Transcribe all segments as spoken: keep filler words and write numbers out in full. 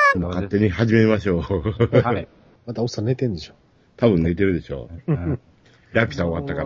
もう勝手に始めましょう。 はい。 またおっさん寝てんでしょ。 多分寝てるでしょ。うん、ラピュタ終わったから。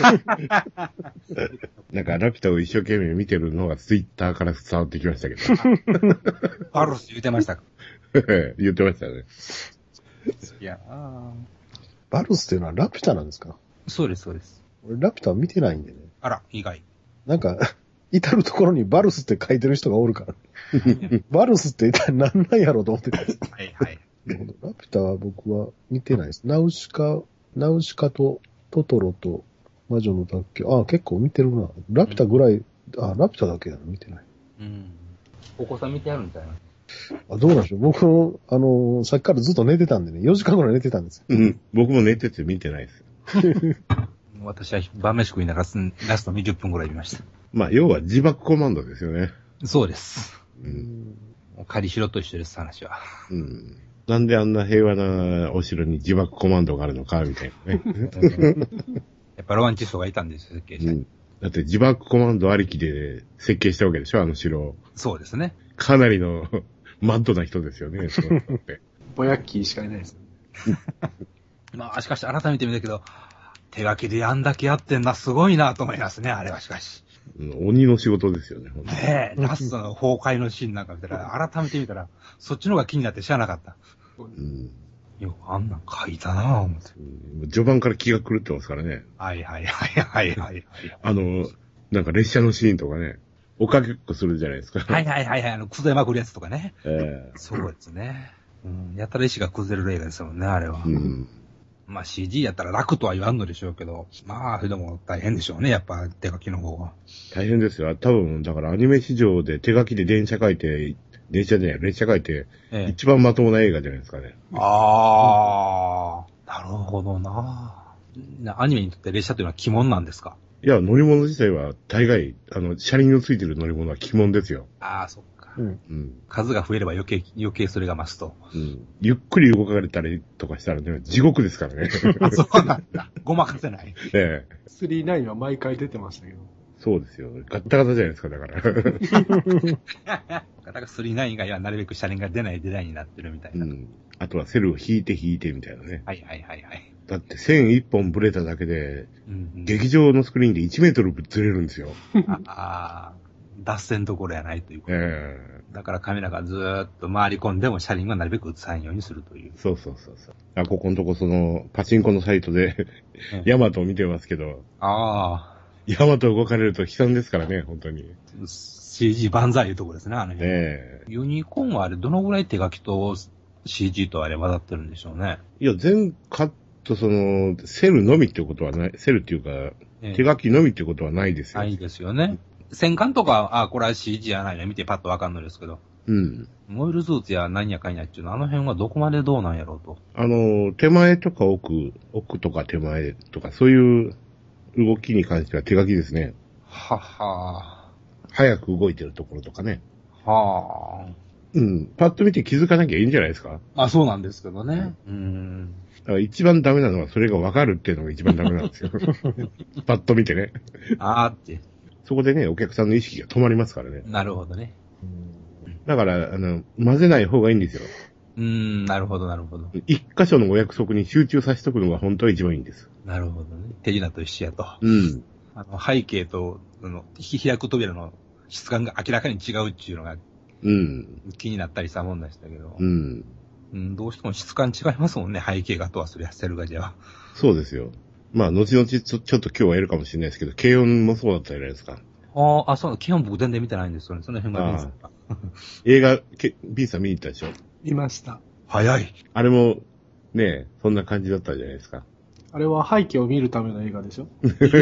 なんかラピュタを一生懸命見てるのがツイッターから伝わってきましたけど。 バルス言ってましたか言ってましたね。 いやあバルスっていうのはラピュタなんですか？ そうです、そうです。 俺ラピュタは見てないんでね。 あら、意外。 なんか、至るところにバルスって書いてる人がおるから。バルスって一体何なんやろうと思ってたんです。 はいはい。 ラピュタは僕は見てないです。ナウシカ、ナウシカとトトロと魔女の宅急。あ、結構見てるな。ラピュタぐらい、うん、あ、ラピュタだけだな、見てない。 うん。お子さん見てあるみたいな。 あ、どうなんでしょう。僕も、あのー、さっきからずっと寝てたんでね、よじかんぐらい寝てたんですよ。 うん。僕も寝てて見てないです。 私は晩飯食いながらラストにじゅっぷんぐらい見ました。 まあ、要は自爆コマンドですよね。 そうです。 うん。 仮城と一緒です、話は。 うん。なんであんな平和なお城に自爆コマンドがあるのか、みたいなね。 やっぱロマンチストがいたんですよ、設計者に、うん。 だって自爆コマンドありきで設計したわけでしょ、あの城。 そうですね。 かなりのマッドな人ですよね。 ボヤッキーしかいないです。 まあ、しかし改めて見たけど、手書きであんだけやってんな、すごいなと思いますね、あれはしかし。 鬼の仕事ですよね、ほんとねえ、ラストの崩壊のシーンなんか見たら、改めて見たら、そっちの方が気になって知らなかった。うん。よくあんなん書いたなぁ、思って、 うん。序盤から気が狂ってますからね。 はいはいはいはいはい、はい。 あの、なんか列車のシーンとかね、おかけっこするじゃないですか。 はいはいはいはい、あの、崩れまくるやつとかね。 ええー。 そうですね。うん。やたら石が崩れる映画ですもんね、あれは。うん。まあ シージー やったら楽とは言わんのでしょうけど、まあ、それでも大変でしょうね、やっぱ手書きの方が。 大変ですよ。多分、だからアニメ市場で手書きで電車書いて、電車で列車書いて、ええ、一番まともな映画じゃないですかね。 ああ、なるほどな。アニメにとって列車というのは鬼門なんですか？ いや、乗り物自体は大概、あの、車輪のついてる乗り物は鬼門ですよ。 ああ、そっか。 うん。 うん。数が増えれば余計、余計それが増すと。 うん。ゆっくり動かれたりとかしたらね、地獄ですからね。 あ、そうなんだ。ごまかせない。 ええ。 スリーナインは毎回出てましたけど。 そうですよ。ガッタガタじゃないですか、だから。だからスリーナイン以外はなるべく車輪が出ないデザインになってるみたいな。 うん。あとはセルを引いて引いてみたいなね。 はいはいはいはい。 だって線一本ブレただけで、うんうん、劇場のスクリーンでいちメートルずれるんですよ。 ああ、脱線どころやないということ。 えー、だからカメラがずーっと回り込んでも車輪がなるべく映さんようにするという。 そうそうそうそう。あ、ここのとこその、パチンコのサイトで、ヤマトを見てますけど。 ああ。 ヤマト動かれると悲惨ですからね、本当に。 シージー 万歳いうところですね、あの辺。 えユニコーンはあれ、どのぐらい手書きと シージー とあれ混ざってるんでしょうね。 いや、全カット、その、セルのみってことはない、セルっていうか、ええ、手書きのみってことはないですよ。 ないですよね。戦艦とか、あ、これは シージー やないね、見てパッとわかんのですけど。 うん。 モイルスーツや何やかんやっていうのは、あの辺はどこまでどうなんやろうと。 あの、手前とか奥、奥とか手前とか、そういう動きに関しては手書きですね。 はは早く動いてるところとかね。 はあ。 うん。パッと見て気づかなきゃいいんじゃないですか。 あ、そうなんですけどね。うん。 だから一番ダメなのはそれが分かるっていうのが一番ダメなんですよ。パッと見てね。 あーって。 そこでね、お客さんの意識が止まりますからね。 なるほどね。 だから、あの、混ぜない方がいいんですよ。 うーん、なるほど、なるほど。 一箇所のお約束に集中させとくのが本当は一番いいんです。 なるほどね。手品と一緒やと。 うん。 あの、背景と、あの、開く扉の質感が明らかに違うっていうのが、 うん。 気になったりしたもんでしたけど。 うん。 うん、どうしても質感違いますもんね、背景画とはそりゃセル画じゃ。 そうですよ。まあ、後々ちょ、ちょっと今日はやるかもしれないですけど、軽音もそうだったじゃないですか。 ああ、そう、基本僕全然見てないんですよね。その辺が見てた。 映画、B さん見に行ったでしょ？ 見ました。 早い。 あれも、ね、そんな感じだったじゃないですか。 あれは背景を見るための映画でしょ？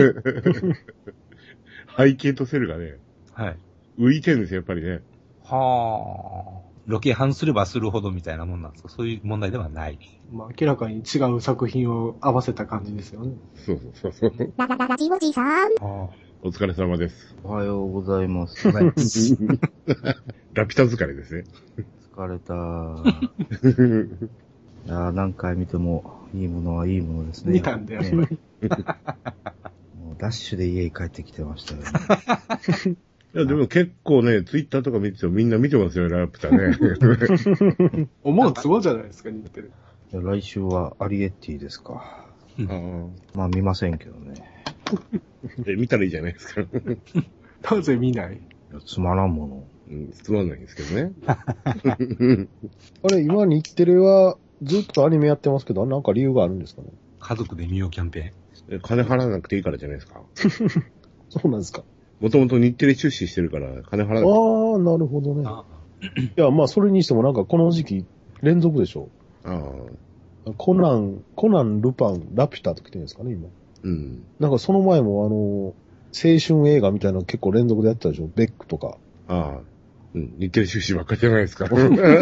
背景とセルがね、 はい。 浮いてるんですよ、やっぱりね。 はあ。ロケハンすればするほどみたいなもんなんですか？そういう問題ではない。 まあ、明らかに違う作品を合わせた感じですよね。 そうそうそうそう。 ララララジオジさん。 お疲れ様です。 おはようございます。 ラピュタ疲れですね。 疲れたー。いやー、何回見てもいいものはいいものですね。 見たんだよ、ね、 もうダッシュで家に帰ってきてましたよ、ね。 いや、でも結構ね、ツイッターとか見ててもみんな見てますよ、ラピュタね。 思うツボじゃないですか、似てる。 来週はアリエッティですか。 ああ。 まあ見ませんけどね。 え、見たらいいじゃないですか。 なぜ見ない？ いやつまらんもの。 うん、つまんないんですけどね。 あれ、今日テレはずっとアニメやってますけど、なんか理由があるんですかね？ 家族で見ようキャンペーン。 え金払わなくていいからじゃないですか。 そうなんですか。 もともと日テレ出資してるから、金払わなくていい。 ああ、なるほどね。いや、まあ、それにしてもなんかこの時期連続でしょ。 ああ。 コナン、コナン、ルパン、ラピュタと来てるんですかね、今。 うん。 なんかその前もあの、青春映画みたいなの結構連続でやってたでしょ。ベックとか。 ああ。うん。日テレ出資ばっかりじゃないですか。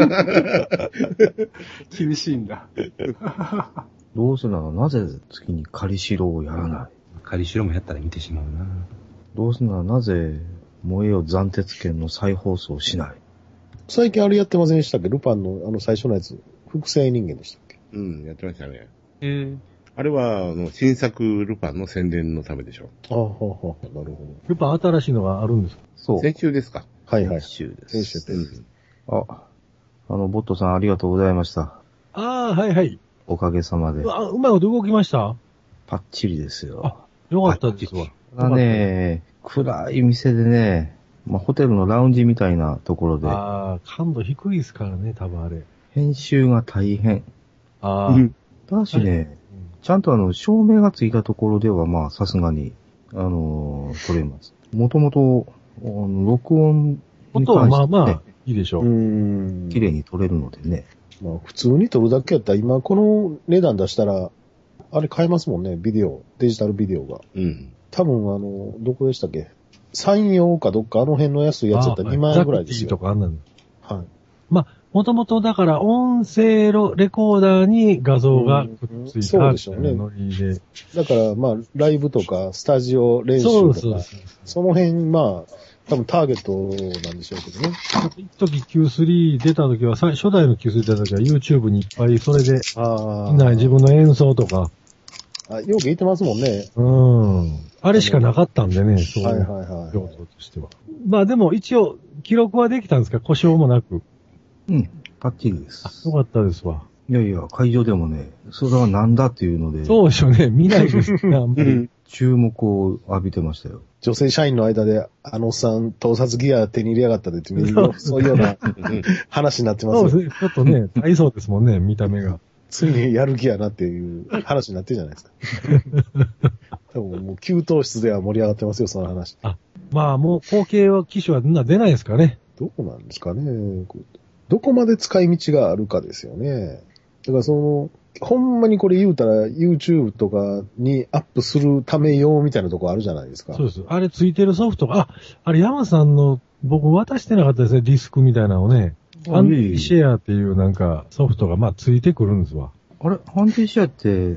厳しいんだ。 どうせならなぜ月に仮城をやらない？ 仮城もやったら見てしまうな。 どうせならなぜ燃えよ斬鉄剣の再放送しない？ 最近あれやってませんでしたっけ？ルパンのあの最初のやつ。複製人間でしたっけ？ うん、やってましたね。 えー、 あれは、あの、新作ルパンの宣伝のためでしょ。 ああ、はあ、はあ、なるほルパン新しいのがあるんですか？ そう。 先週ですか。 ど。はいはい。 先週です。 先週でうす。 ん。 あ、あの、ボットさんありがとうございました。 ああ、はいはい。 おかげさまでう。わうまいこと動きました？ パッチリですよ。 よかったですわ。 ただね、暗い店でね、まあ、ホテルのラウンジみたいなところで、 ああ、感度低いですからね、多分あれ。 編集が大変。 ああ、 うんただしね、ちゃんとあの、照明がついたところでは、まあ、さすがに、あのー、撮れます。もともと、あの録音に音は関して、ね、 まあまあ、いいでしょうーう。 ん。 綺麗に撮れるのでね。 まあ、普通に撮るだけやったら、今この値段出したら、あれ買えますもんね、ビデオ。デジタルビデオが。 うん。 多分あの、どこでしたっけ？山陽かどっかあの辺の安いやつだったらにまん円ぐらいですザクティとよ。 かあんなんはい。 もともとだから音声ロレコーダーに画像がくっついそたうでしょうねノリで。 だからまあ、ライブとか、スタジオ練習そうとか、 そうそう。 その辺、まあ、多分ターゲットなんでしょうけどね。 一時 キュースリー 出た時は、さ初代の キュースリー 出た時は YouTube にいっぱいそれで、 あみんな自分の演奏とか、 あ。よく言ってますもんね。 うん。あれしかなかったんでね、そう。 はいはいはい。 用途としては。まあでも一応、記録はできたんですか？故障もなく。 うん、パッチリです。 よかったですわ。 いやいや、会場でもね、それはなんだっていうので、 そうでしょうね。見ないですね、あんまり。 注目を浴びてましたよ。 女性社員の間で、あのおっさん、盗撮ギア手に入れやがったでって、そういうような話になってますよ。 そうですね。ちょっとね、大層ですもんね、見た目が。 ついにやる気やなっていう話になってるじゃないですか。多分もう、給湯室では盛り上がってますよ、その話。 まあもう後継は機種はみんな出ないですかね。 どうなんですかね。どこまで使い道があるかですよね。だからその、ほんまにこれ言うたら YouTube とかにアップするため用みたいなとこあるじゃないですか。 そうです。あれついてるソフトが、あ、あれ山さんの、僕渡してなかったですね、ディスクみたいなのをね。 あアンティシェアっていうなんかソフトがまあついてくるんですわ。 あれ、ハンディシェアって、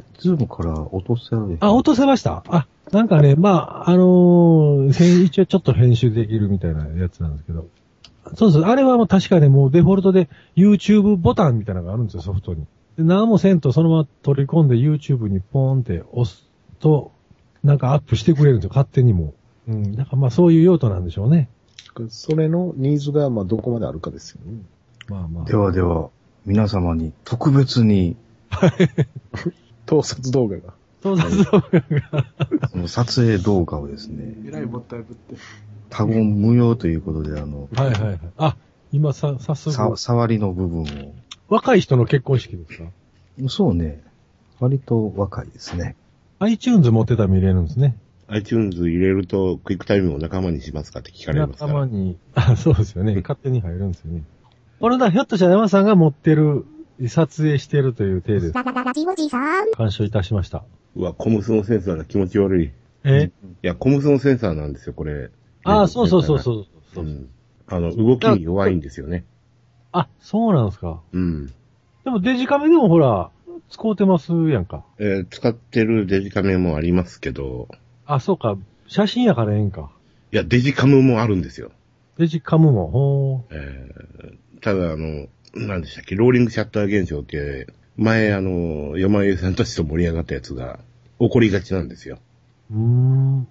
ズームから落とせられる？ あ、落とせました。あ、なんかね、まあ、あのー、編一応ちょっと編集できるみたいなやつなんですけど。そうです。あれはもう確かにもうデフォルトで YouTube ボタンみたいなのがあるんですよ、ソフトに。で何もせんとそのまま取り込んで YouTube にポーンって押すと、なんかアップしてくれるんですよ、勝手にも。うん。だからまあそういう用途なんでしょうね。 それのニーズがまあどこまであるかですよね。 まあまあ。 ではでは、皆様に特別に、 盗撮動画が。 盗撮動画が。 その撮影動画をですね、 えらいもったいぶって。 多言無用ということで、あの、 はいはいはい。あ、今さ、早速。 さ、触りの部分を。 若い人の結婚式ですか？ そうね。割と若いですね。 iTunes 持ってたら見れるんですね。 iTunes 入れると、クイックタイムを仲間にしますかって聞かれますか仲ら。 間に、あ、そうですよね。勝手に入るんですよね。これだ、ひょっとしたら山さんが持ってる、撮影してるという体で、鑑賞いたしました。 うわ、コムスのセンサーが気持ち悪い。いえや、コムスのセンサーなんですよ、これ。 ああ、そうそうそうそうそうう。 ん。あの、動きに弱いんですよね。 あ、そうなんですか。 うん。 でもデジカメでもほら、使うてますやんか。 えー使ってるデジカメもありますけど、 あ、そうか。写真やからええんか。 いや、デジカムもあるんですよ。 デジカムも、ほえー、ただ、あの、何でしたっけ、ローリングシャッター現象って、前、あの、山井さんたちと盛り上がったやつが起こりがちなんですよ。 う。うーん。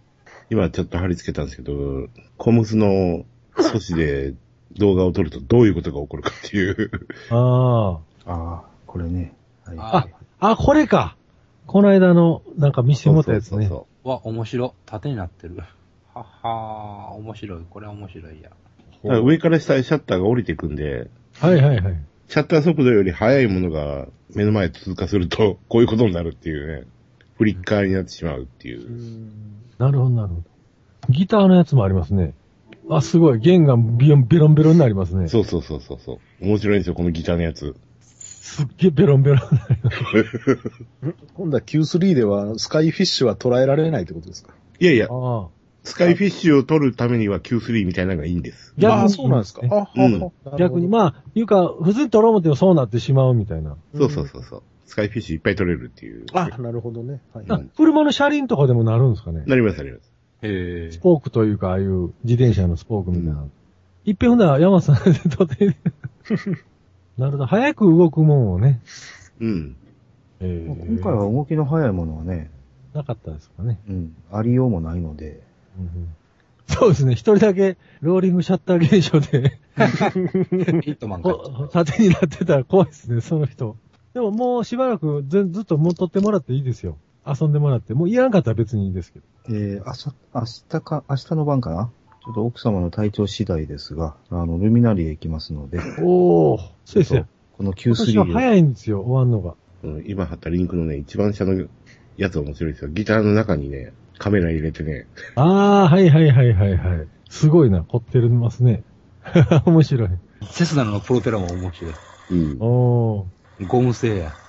今ちょっと貼り付けたんですけど、コムスの素子で動画を撮るとどういうことが起こるかっていう。 ああ。ああ、これね。はい。 あ。あ、あ、これか。この間の、なんか見せてもらったやつね。そうそうそうそう。わ、面白。縦になってる。ははー、面白い。これは面白いや。 上から下へシャッターが降りていくんで、 はいはいはい。 シャッター速度より速いものが目の前通過すると、こういうことになるっていうね。フリッカーになってしまうっていう。うなるほどなるほど。ギターのやつもありますね。あ、すごい。弦がビヨンベロンベロンになりますね。 そうそうそうそうそう。面白いんですよ、このギターのやつ。 すっげえベロンベロンになります。 今度は キュースリー ではスカイフィッシュは捉えられないってことですか？ いやいや。ああ。スカイフィッシュを取るためには キュースリー みたいなのがいいんです。 逆に、ああ、そうなんですか。あ、 うん、 逆に、まあ、いうか、普通に取ろう思ってもそうなってしまうみたいな。 そうそうそうそう。スカイフィッシュいっぱい取れるっていう。 あ、なるほどね。はい、 あ、車の車輪とかでもなるんですかね？ なります、なります。 へえ。スポークというか、ああいう自転車のスポークみたいな。うん、いっぺんほんなら山さんで取って、なるほど。早く動くもんをね。 うん。 えー、今回は動きの速いものはね。 なかったですかね。 うん。ありようもないので。 うん、そうですね。一人だけ、ローリングシャッター現象でヒットマンか。 縦になってたら怖いですね、その人。でももうしばらくずずっともう取ってもらっていいですよ。遊んでもらって。もういらんかったら別にいいですけど。 えー、明日、明日か、明日の晩かな？ちょっと奥様の体調次第ですが、あの、ルミナリへ行きますので。 おー、先生。 この キュースリー。 私は早いんですよ、終わんのが。 うん、今貼ったリンクのね、一番下のやつ面白いですよ。ギターの中にね、カメラ入れてね。 ああ、はいはいはいはいはい。すごいな、凝ってるますね。面白い。 セスナのプロペラも面白い。 うん。 おー。 ゴム製や。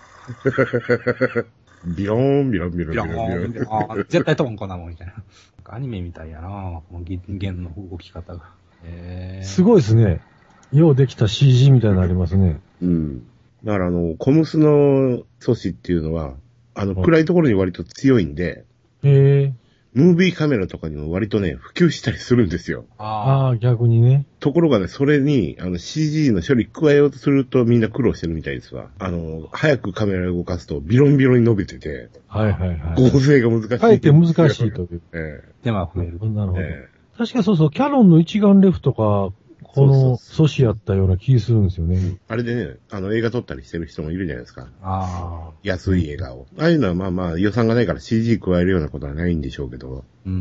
ビローン、ビロン、ビロン、ビロン、ビロン。 ビロンあ絶対飛ばんこんなもんみたいな。アニメみたいやなこの弦の動き方が。 へーすごいですね。ようできた シージー みたいになりますね。 うん。だからあの、コムスの素子っていうのは、あの、暗いところに割と強いんで、 へえ。 ムービーカメラとかにも割とね、普及したりするんですよ。 ああ、逆にね。 ところがね、それに、あの、シージー の処理加えようとするとみんな苦労してるみたいですわ。あの、早くカメラを動かすとビロンビロンに伸びてて、 はいはいはい。 合成が難しい。 あえて難しいという。 ええ。 手間増える。 なるほど。ええ、確かそうそう、キャノンの一眼レフとか、この素子やったような気するんですよね。 あれでね、あの映画撮ったりしてる人もいるじゃないですか。 ああ。 安い映画を。ああいうのはまあまあ予算がないから シージー 加えるようなことはないんでしょうけど。うん。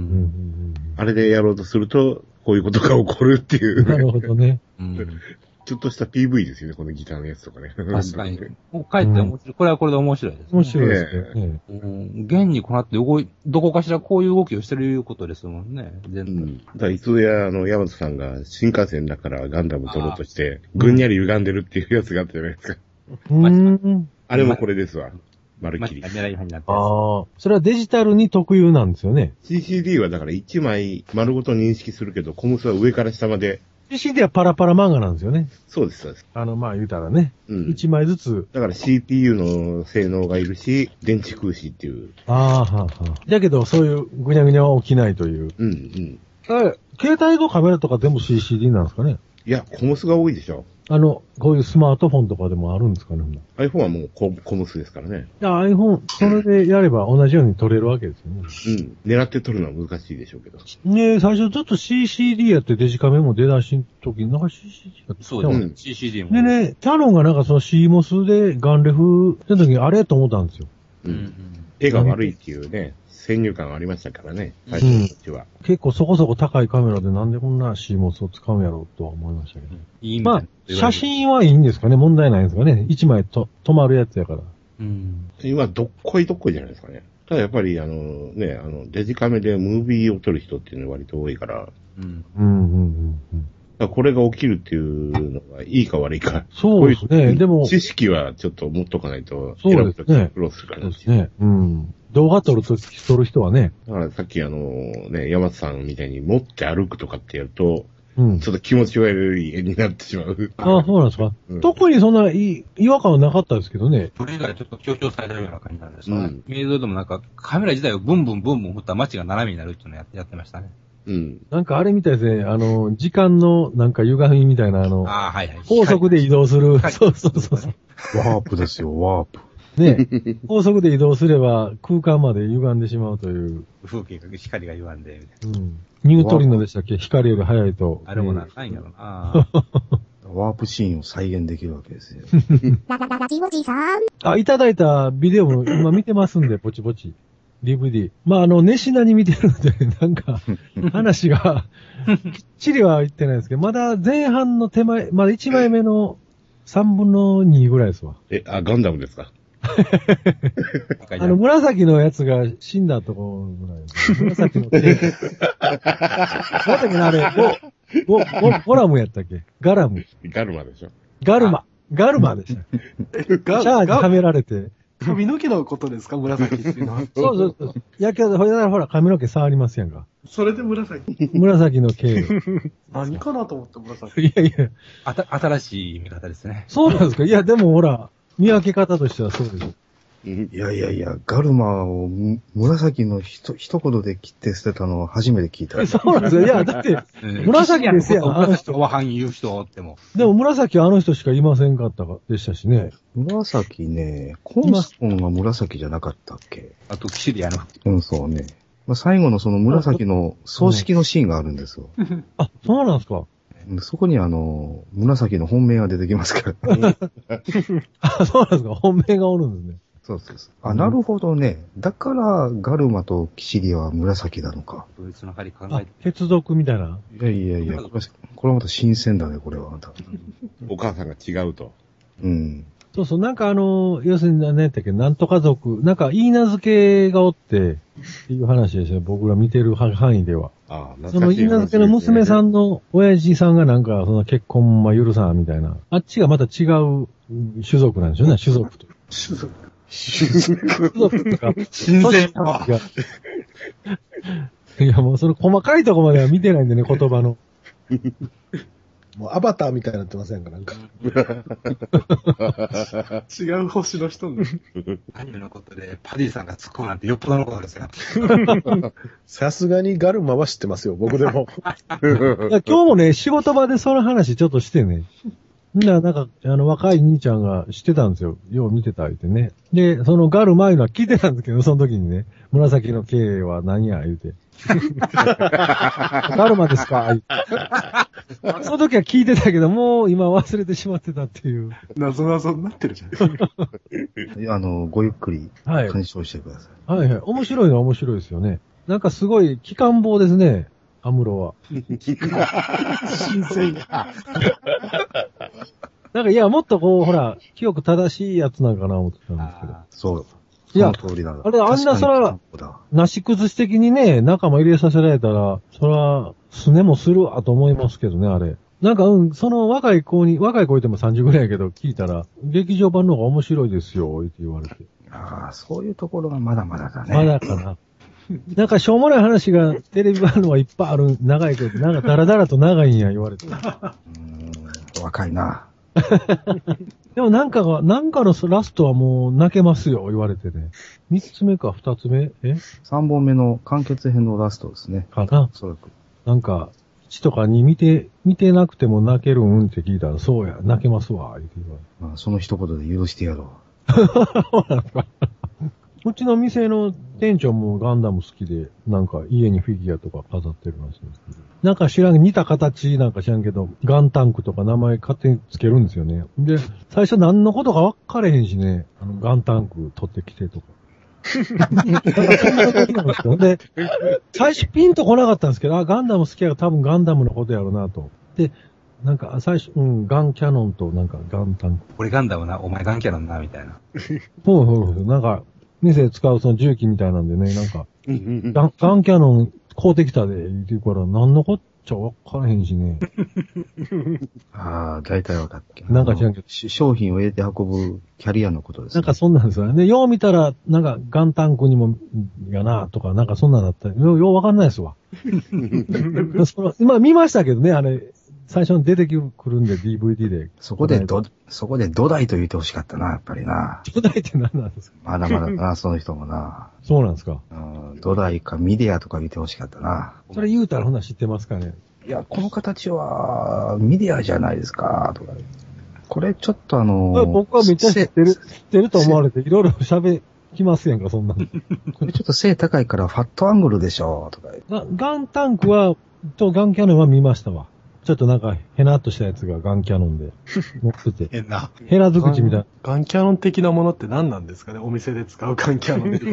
あれでやろうとすると、こういうことが起こるっていう。 なるほどね。 うん。ちょっとした ピーブイ ですよね、このギターのやつとかね。 確かに。もう帰って面白い、うん。これはこれで面白いです、ね。 面白いですね。 うん。現にこうなって動い、どこかしらこういう動きをしてることですもんね。全然。うん。 だからいつぞや、あの、ヤマトさんが新幹線だからガンダム撮ろうとして、ぐんにゃり歪んでるっていうやつがあったじゃないですか。 うん。 あれもこれですわ。まるっきり。 狙い派になってああ。それはデジタルに特有なんですよね。 シーシーディー はだからいちまい丸ごと認識するけど、コムスは上から下まで。 シーシーディー はパラパラ漫画なんですよね。 そうです、そうです。 あの、まあ言うたらね。うん。いちまいずつ。 だから シーピーユー の性能がいるし、電池空しっていう。 ああ、はあ、はあ。だけど、そういうぐにゃぐにゃは起きないという。 うん、うん。 え、携帯のカメラとか全部 シーシーディー なんですかね？ いや、コムスが多いでしょ。 あの、こういうスマートフォンとかでもあるんですかね？ iPhone はもうココムスですからね。 いや、iPhone、それでやれば同じように撮れるわけですよね。 うん。狙って撮るのは難しいでしょうけど。 ね最初ちょっと シーシーディー やってデジカメも出だしの時、なんか シーシーディー やってそうですね。うん、シーシーディー も。 でね、キャノンがなんかその シーモス でガンレフの時にあれと思ったんですよ。 うん。うん、絵が悪いっていうね、先入観ありましたからね、最初のうちは、 うん。結構そこそこ高いカメラでなんでこんな シーモス を使うんやろうとは思いましたけど。いいみたいな。まあ、写真はいいんですかね？問題ないんですかね？一枚と止まるやつやから。 うん。今、どっこいどっこいじゃないですかね。ただやっぱり、あの、ね、あの、デジカメでムービーを撮る人っていうのは割と多いから。うん。うん、うん、うん。これが起きるっていうのがいいか悪いか。 そうですね。でも。 知識はちょっと持っとかないと。 そうですね。 苦労するから。 そうですね。うん。動画撮るとき撮る人はね。 だからさっきあの、ね、山田さんみたいに持って歩くとかってやると、うん、ちょっと気持ち悪い絵になってしまう。 ああ、そうなんですか。うん、特にそんない違和感はなかったですけどね。 それ以外ちょっと強調されてるような感じなんですかね。うん、映像でもなんかカメラ自体をブンブンブンブン振ったら街が斜めになるっていうのをやってやってましたね。 うん。なんかあれみたいですね。あの、時間のなんか歪みみたいなあの、 あはいはい。 高速で移動する。そうそうそうそう。 ワープですよ、ワープ。 ね、高速で移動すれば空間まで歪んでしまうという。 風景が、光が歪んで、みたいな。うん。ニュートリノでしたっけ？光より速いと。 あれもな、ないんやろな。 ワープシーンを再現できるわけですよ。 あ、いただいたビデオも今見てますんで、ぼちぼち。ディーブイディー。まあ、あの、熱心なに見てるので、なんか、話が、きっちりは言ってないですけど、まだ前半の手前、まだいちまいめのさんぶんのにぐらいですわ。 え、あ、ガンダムですか？ あの、紫のやつが死んだところぐらいです。紫の手。紫のあれ、ゴ、ゴ、ゴ、ゴラムやったっけ？ガラム。 ガルマでしょ？ ガルマ。ガルマでした。ガシャーにはめられて。 髪の毛のことですか？紫っていうのは。 そうそうそう。やけど、ほら、髪の毛触りますやんか。 それで紫。 紫の毛。 何かなと思って紫。 いやいや。 あた、新しい見方ですね。 そうなんですか？いや、でもほら、見分け方としてはそうです。 いやいやいや、ガルマを紫のひと一言で切って捨てたのは初めて聞いた。 そうなんですよ。いや、だって、紫ですよ。 紫おわはん言う人っても。 でも紫はあの人しかいませんかったかでしたしね。 紫ね、コンストンが紫じゃなかったっけ？ あと、キシリアの。 うん、そうね。まあ、最後のその紫の葬式のシーンがあるんですよ。 あ、そうなんですか？ そこにあの、紫の本命が出てきますから。 あ、そうなんですか？本命がおるんですね。 そうそうそう。あ、なるほどね。だから、ガルマとキシリは紫なのか。 ドイツの針考えて。 血族みたいな。 いやいやいや、これ、これはまた新鮮だね、これはまた。 お母さんが違うと。 うん。 そうそう、なんかあの、要するに何やったっけ、なんとか族、なんか、いい名付けがおって、っていう話ですね、僕ら見てる範囲では。 ああ、 そのいい名付けの娘さんの親父さんがなんか、その結婚は許さんみたいな。あっちがまた違う種族なんですよね、種族と。 種族。 種族とか。 新鮮か。 いや、もうその細かいとこまでは見てないんでね、言葉の。 もうアバターみたいになってませんか、なんか。 違う星の人に。 アニメのことでパディさんが突っ込むなんてよっぽどのことですよ。 さすがにガルマは知ってますよ、僕でも。 いや今日もね、仕事場でその話ちょっとしてね。な、なんか、あの、若い兄ちゃんが知ってたんですよ。よう見てた、言ってね。で、そのガル前のは聞いてたんですけど、その時にね、紫のKは何や、言うて。ガルマですかその時は聞いてたけど、もう今忘れてしまってたっていう。 謎々になってるじゃん。 あの、ごゆっくり、鑑賞してください。 はい、はいはい。面白いのは面白いですよね。なんかすごい、機関棒ですね。アムロは。 新鮮や。 なんか、いや、もっとこう、ほら、記憶正しいやつなんかな思ってたんですけど。 そう。 いや、 その通りだあれ、あんなそら、なし崩し的にね、仲間入れさせられたら、そら、すねもするわと思いますけどね、あれ。なんか、うん、その若い子に、若い子いてもさんじゅうぐらいやけど、聞いたら、劇場版の方が面白いですよ、って言われて。 ああ、そういうところがまだまだだね。 まだかな。なんか、しょうもない話が、テレビ版のはいっぱいある、長いけど、なんか、だらだらと長いんや、言われて。うーん、若いな。 でもなんかが、なんかのラストはもう泣けますよ、言われてね。三つ目か二つ目え三本目の完結編のラストですね。 かな。 おそらく。 なんか、いちとかに見て、見てなくても泣けるんって聞いたら、そうや、泣けますわ、言って言われて。 まあ、その一言で許してやろう。うちの店の店長もガンダム好きで、なんか家にフィギュアとか飾ってるらしいんですけど。なんか知らん、似た形なんか知らんけど、ガンタンクとか名前勝手につけるんですよね。で、最初何のことか分かれへんしね、あの、ガンタンク取ってきてとか。なんかそんなことなんですよ。で、最初ピンと来なかったんですけど、あ、ガンダム好きやから多分ガンダムのことやろうなと。で、なんか最初、うん、ガンキャノンとなんかガンタンク。 俺ガンダムな、お前ガンキャノンな、みたいな。 そうそうそう。なんか、店で使うその重機みたいなんでね、なんか、ガン、ガンキャノン買うてきたで、言ってから、何のこっちゃ分からへんしね。 ああ、大体分かった。 なんか知らんけど。 商品を入れて運ぶキャリアのことですね。 なんかそんなんですよね。で、よう見たら、なんかガンタンクにも、やな、とか、なんかそんなんだったよう、よう分かんないですわ。その今見ましたけどね、あれ、最初に出てくるんで ディーブイディー で。 そこでど、そこで土台と言ってほしかったな、やっぱりな。 土台って何なんですか？ まだまだな、その人もな。 そうなんですか。 うん、土台かミディアとか見てほしかったな。 それ言うたらほんな知ってますかね？ いや、この形はミディアじゃないですか、とか。 これちょっとあのー、 僕はめっちゃ知ってる、知ってると思われて、いろいろ喋きますやんか、そんなの。 これちょっと背高いからファットアングルでしょ、とか。 ガガンタンクは、とガンキャノンは見ましたわ。ちょっとなんか、ヘナっとしたやつがガンキャノンで乗ってて。 変な。 ヘラ尽くしみたいな。 ガンキャノン的なものって何なんですかね、お店で使うガンキャノンって。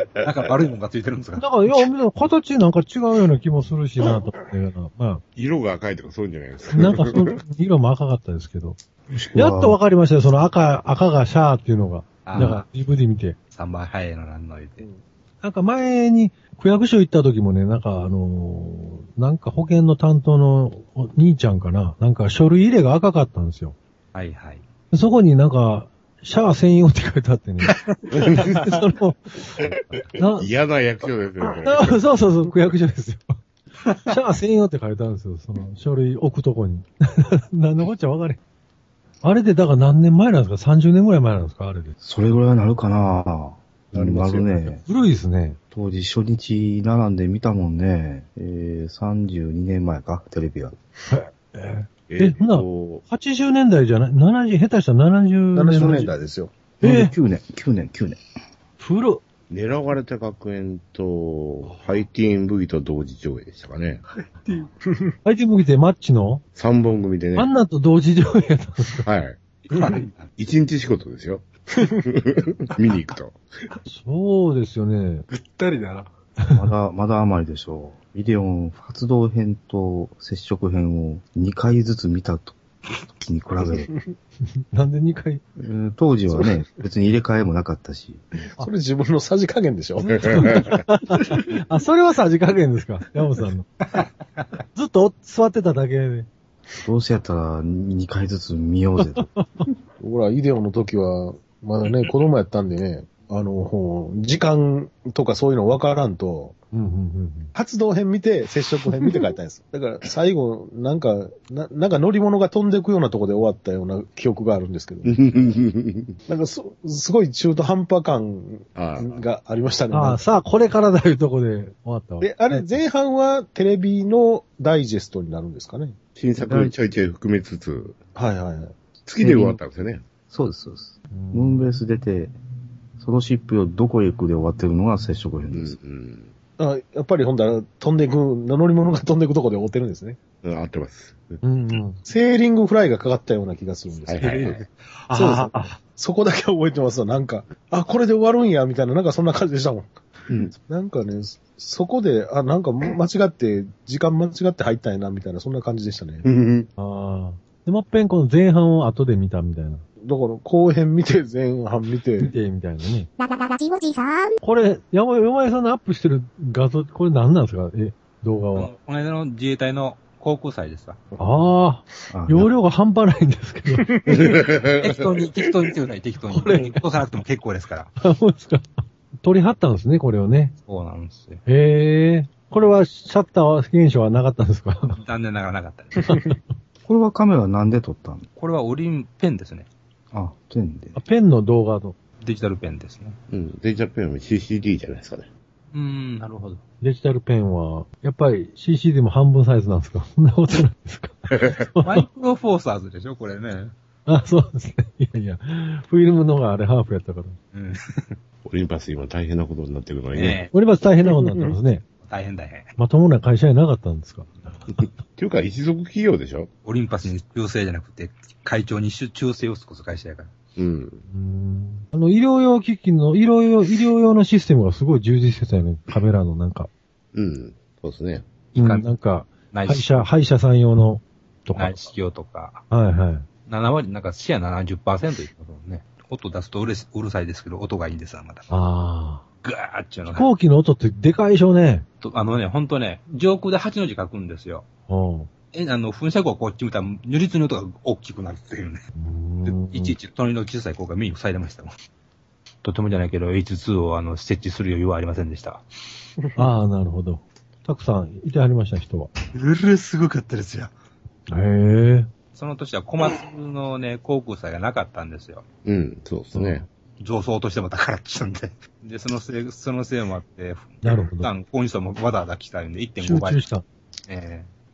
なんか悪いもんがついてるんですか？ だから、いや、形なんか違うような気もするしな、と思ってな。まあ。 色が赤いとかそういうんじゃないですか。 なんかその、色も赤かったですけど。やっとわかりましたよ、その赤、赤がシャーっていうのが。だから、ディーブイディー 見て。 さんばい早いのなんの言って。 なんか前に、区役所行った時もね、なんかあのー、なんか保険の担当のお兄ちゃんかな、なんか書類入れが赤かったんですよ。 はいはい。 そこになんか、シャア専用って書いてあってね。その嫌な役所ですよね。 そうそうそう、区役所ですよ。シャア専用って書いてあるんですよ、その書類置くとこに。何のこっちゃ分かれん。あれでだから何年前なんですか ?さんじゅう 年ぐらい前なんですかあれで。 それぐらいになるかななりますよね。 なるね。 古いですね。 当時初日並んで見たもんね。えー、さんじゅうにねんまえか、テレビは。 えー、え、ほな、はちじゅうねんだいじゃない ?ななじゅう、下手したらななじゅうねんだい。 ななじゅうねんだいですよ。 えー、きゅうねん、きゅうねん、きゅうねん。 古っ。 狙われた学園と、ハイティーンブギと同時上映でしたかね。 ハイティーン。ハイティーンブギってマッチのさんぼん組でね。 あんなと同時上映やったんですか？ はい。一日仕事ですよ。見に行くと。 そうですよね。 ぐったりだな。 まだ、まだ余りでしょう。ビデオン発動編と接触編をにかいずつ見た時に比べる。 なんでにかい、 えー、当時はね、別に入れ替えもなかったし。 それ自分のさじ加減でしょあ、それはさじ加減ですか山本さんの。ずっと座ってただけで。 どうせやったらにかいずつ見ようぜと。 ほら、イデオの時は、まだね、子供やったんでね、あの、時間とかそういうの分からんと、 うんうんうん、 発動編見て、接触編見て帰ったんです。だから最後、なんか、ななんか乗り物が飛んでいくようなところで終わったような記憶があるんですけど、なんかそすごい中途半端感がありましたね。 ああ、さあ、これからだいうところで終わったわ。 で、あれ、前半はテレビのダイジェストになるんですかね。 新作にちょいちょい含めつつ、 はいはいはい。 月で終わったんですよね。 そうです、そうです。ムーンベース出て、そのシップをどこへ行くで終わってるのが接触編です。 うんうんあ、やっぱりほんだら飛んでいく、乗り物が飛んでいくとこで追ってるんですね。 うん、合ってます。 うんうん。 セーリングフライがかかったような気がするんですけど。 はいはいはい。 そうです。そこだけ覚えてますわ。なんか、あ、これで終わるんや、みたいな、なんかそんな感じでしたもん。うん、なんかね、そこで、あ、なんか間違って、時間間違って入ったんやな、みたいな、そんな感じでしたね。 ああ。でもっぺんこの前半を後で見たみたいな。 だから、後編見て、前半見て。 見て、みたいなね。これ、山、山井さんのアップしてる画像、これ何なんですかえ、動画は。 この間の自衛隊の航空祭ですわ。 ああ。容量が半端ないんですけど。 適当に、適当に言ってください、適当に。これ、落とさなくても結構ですから。 あ、そうですか。取り張ったんですね、これをね。 そうなんですよ。 へえ。これはシャッター現象はなかったんですか？ 残念ながらなかったです。 これはカメラなんで撮ったの？ これはオリンペンですね。 あ、ペンで。 あ、ペンの動画の。 デジタルペンですね。 うん、デジタルペンは シーシーディー じゃないですかね。 うーん、なるほど。 デジタルペンは、やっぱり シーシーディー も半分サイズなんですか？そんなことないですか？ マイクロフォーサーズでしょこれね。 あ、そうですね。いやいや、フィルムのがあれハーフやったから。 うん。 オリンパス今大変なことになってるのにね。 ねオリンパス大変なことになってますね。 大変大変。 まともな会社になかったんですか？ っていうか、一族企業でしょ？ オリンパスに忠誠じゃなくて、会長に忠誠を尽くす会社やから。 うん。 うんあの、医療用機器の、医療用、医療用のシステムがすごい充実してたよね。カメラのなんか。 うん。そうですね。 うん、なんか、 内歯医者、歯医者さん用のとか。 内視鏡とか。 はいはい。 なな割、なんかシェア ななじゅっパーセント いくことね。音出すとうるうるさいですけど、音がいいんですわ、まだ。 ああ。 ガーッちゅうのが。 飛行機の音ってでかいでしょうね。 とあのね、ほんとね、上空ではちの字書くんですよ。 うん。 え、あの、噴射口をこっち見たら、如実の音が大きくなるっていうね。いちいち隣の小さい子が耳を塞いでましたもん。とてもじゃないけど、エイチツー をあの、設置する余裕はありませんでした。 ああ、なるほど。たくさんいてはりました、人は。 うるすごかったですよ。 へえ。 その年は小松のね、航空祭がなかったんですよ。 うん、そうですね。 上層としても宝来たんで。で、そのせい、そのせいもあって、 なるほど。 普段、今週もわざわざ来たんでいってんごばい。 集中した。 ええ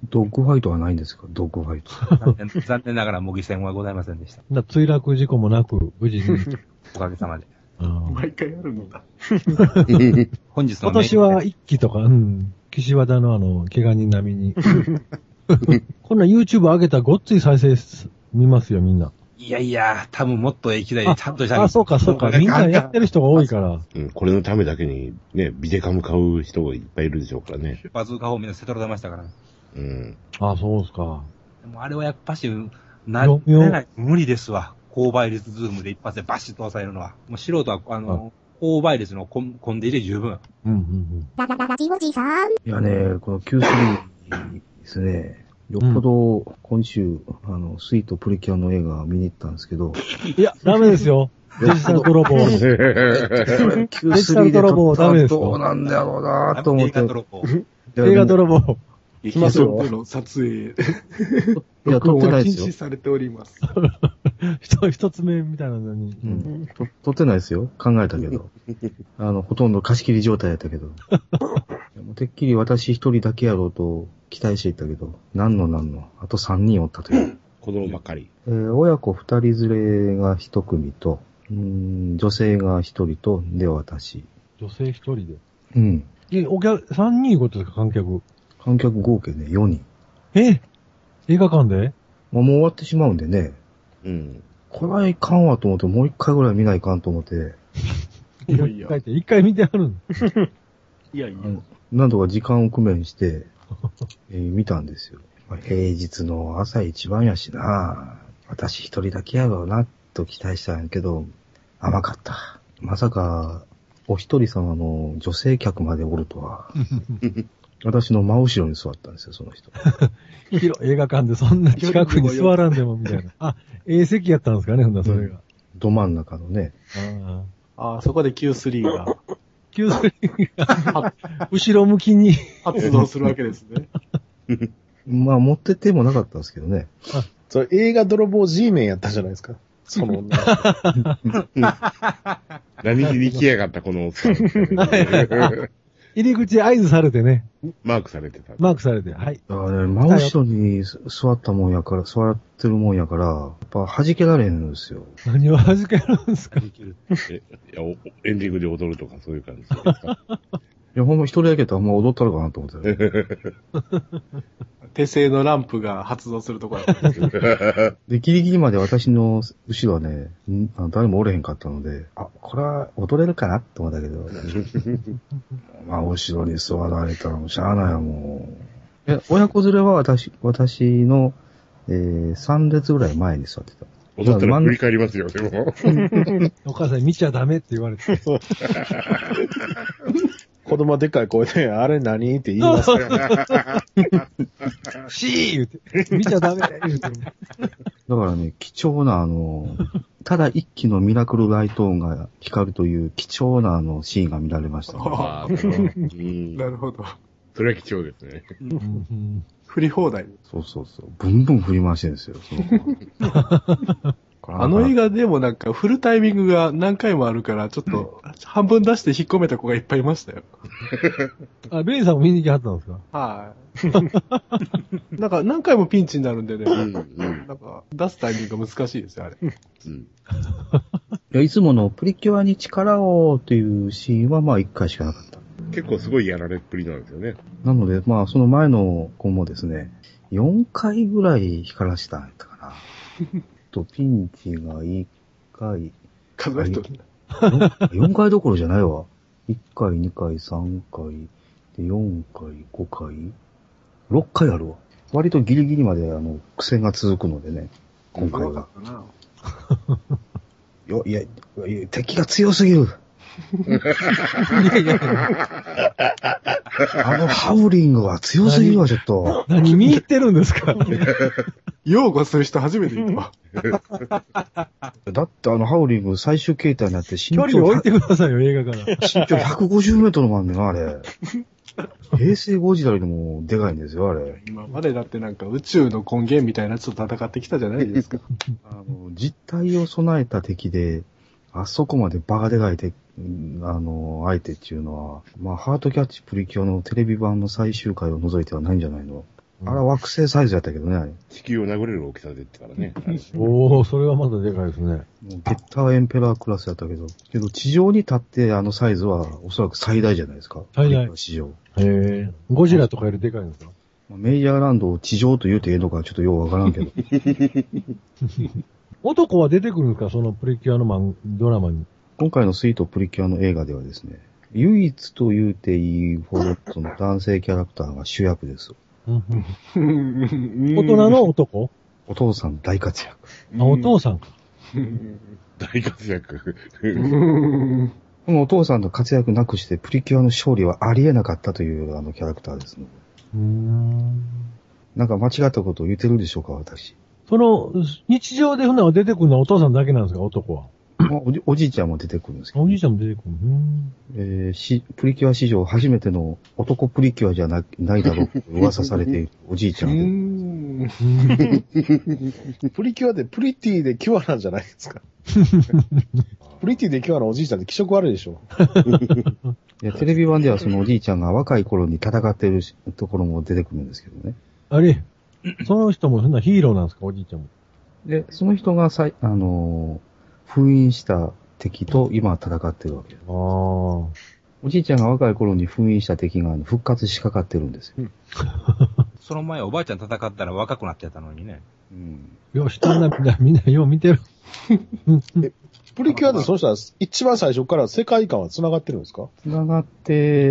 ドッグファイトはないんですか？ドッグファイト。 残念残念ながら模擬戦はございませんでした。 だ墜落事故もなく、無事に。 おかげさまで。 毎回やるのだ。 本日の今年は一期とか、うん。岸和田のあの、怪我人並みに。こんな YouTube 上げたらごっつい再生見ますよ、みんな。 いやいや、多分もっと液体でちゃんとしたあ、そうか、そうか。みんなやってる人が多いから。 うん、これのためだけにね、ビデカム買う人がいっぱいいるでしょうからね。 バズーカ方面で捨て取られましたから。 うん。 あ、そうですか。 でもあれはやっぱし、な、ない無理ですわ。高倍率ズームで一発でバシッと抑えるのは。もう素人は、あの、高倍率のコン、コンデで十分。 うんうんうん。 ララララジオジさん。 いやね、この キュースリー ですね。よっぽど今週、あの、スイートプリキュアの映画見に行ったんですけど。 いや、ダメですよ。デジタル泥棒。デジタル泥棒ダメですよ。 どうなんだろうなと思って。 映画泥棒。 映画泥棒。 来ますよ。の撮影。 いや、撮ってないですよ。 禁止されております。 一つ目みたいなのに。 うん。と撮ってないですよ。考えたけど。あの、ほとんど貸し切り状態やったけど。もうてっきり私一人だけやろうと期待していたけど、なんのなんの、あと三人おったという。 子供ばっかり。 えー、親子二人連れが一組と、うーん、女性が一人と、で私。 女性一人で。 うん。 え、お客、三人いうことですか、観客。 観客合計ね、よにん。 え映画館でまあ、もう終わってしまうんでね。 うん。 これはいかんわと思って、もう一回ぐらい見ないかんと思って。 いやいや。 一回見てはるんいやいや。 何度か時間を工面して、えー、見たんですよ。まあ、平日の朝一番やしな。私一人だけやろうな、と期待したんやけど、甘かった。まさか、お一人様の女性客までおるとは。私の真後ろに座ったんですよ、その人。 広映画館でそんな近くに座らんでもみたいな。あ、A 席やったんですかね、ほんなそれが。うん、 ど真ん中のね。 ああ、そこで キュースリー が。 キュースリー が、後ろ向きに発動するわけですね。 まあ、持っててもなかったんですけどね。 あ、それ映画泥棒 G メンやったじゃないですか。その女。 何しに来やがった、このおっさん。 入り口合図されてね。 マークされてた。 マークされて、はい。 だからね、真後ろに座ったもんやから、座ってるもんやから、やっぱ弾けられへんんですよ。 何を弾けるんですか？ え、いや、エンディングで踊るとかそういう感じですか？ いや、ほんま一人だけやったらあんま踊ったのかなと思ってた。 手製のランプが発動するところだったんですけど。 で、ギリギリまで私の後ろはね、ん誰もおれへんかったので、あ、これは踊れるかなと思ったけど。まあ、後ろに座られたらもうしゃあないわ、もう。え、親子連れは私、私の、えー、さん列ぐらい前に座ってた。 踊ったら振り返りますよ、でも。 お母さん見ちゃダメって言われて。 子供はでっかい声で、あれ何って言いますから。 シー言うて。見ちゃダメ言うて。 だからね、貴重なあの、ただ一機のミラクルライト音が光るという貴重なあのシーンが見られましたね。 あなるほど。 それは貴重ですね。 振り放題。 そうそうそう。ブンブン振り回してるんですよ。そのあの映画でもなんか振るタイミングが何回もあるから、ちょっと半分出して引っ込めた子がいっぱいいましたよ。 あ、ベリーさんも見に来はったんですか？ はい。なんか何回もピンチになるんでね、うんうん、なんか出すタイミングが難しいですよ、あれ。うん、 いやいつものプリキュアに力をというシーンはまあ一回しかなかった。 結構すごいやられっぷりなんですよね。 なので、まあその前の子もですね、よんかいぐらい光らしたんやったかな。と、ピンチがいっかい。 数えとるんだ。 よんかいどころじゃないわ。いっかい、にかい、さんかい、でよんかい、ごかい、ろっかいあるわ。割とギリギリまであの、苦戦が続くのでね、今回は。よ、いや、いや、敵が強すぎる。いやいやあのハウリングは強すぎるわ、ちょっと。 何見入ってるんですか？ 擁護する人初めて見たわ。 だってあのハウリング最終形態になって身長。 距離置いてくださいよ、映画から。 身長ひゃくごじゅうメートルもあんねんな、あれ。平成ご時代でもでかいんですよ、あれ。 今までだってなんか宇宙の根源みたいなやつと戦ってきたじゃないですか。 あの実体を備えた敵で、あそこまでバカでかいて、あの、相手っていうのは、まあ、ハートキャッチプリキュアのテレビ版の最終回を除いてはないんじゃないの？ あれは惑星サイズやったけどね、あれ。 地球を殴れる大きさでってからね。 おー、それはまだでかいですね。もうゲッターエンペラークラスやったけど、けど地上に立ってあのサイズはおそらく最大じゃないですか。 最大。 地上。 へー。ゴジラとかよりでかいんですか？ メイヤーランドを地上と言うてええのかちょっとようわからんけど。 男は出てくるんですか？そのプリキュアのマンドラマに。 今回のスイートプリキュアの映画ではですね、唯一と言うていいほどその男性キャラクターが主役です。 大人の男？ お父さん大活躍。 あ、お父さんか。 大活躍。 このお父さんの活躍なくしてプリキュアの勝利はありえなかったというあのキャラクターですので。 うーん。 なんか間違ったことを言ってるでしょうか、私。 その、日常でふな出てくるのはお父さんだけなんですか、男は。 おじ、おじいちゃんも出てくるんですけど。 おじいちゃんも出てくる。うーん。 えー、し、プリキュア史上初めての男プリキュアじゃな、ないだろうと噂されているおじいちゃんで。 プリキュアでプリティでキュアなんじゃないですか。プリティでキュアのおじいちゃんって気色悪いでしょ。 いや、テレビ版ではそのおじいちゃんが若い頃に戦っているところも出てくるんですけどね。 あれその人もそんなヒーローなんですか、おじいちゃんも。 で、その人がさい、あのー、封印した敵と今戦ってるわけです。 ああ。 おじいちゃんが若い頃に封印した敵が復活しかかってるんですよ。 その前おばあちゃん戦ったら若くなってたのにね。 うん。 よし、みんな、みんな、みんなよう見てる。 プリキュアでその人は一番最初から世界観は繋がってるんですか？ 繋がって、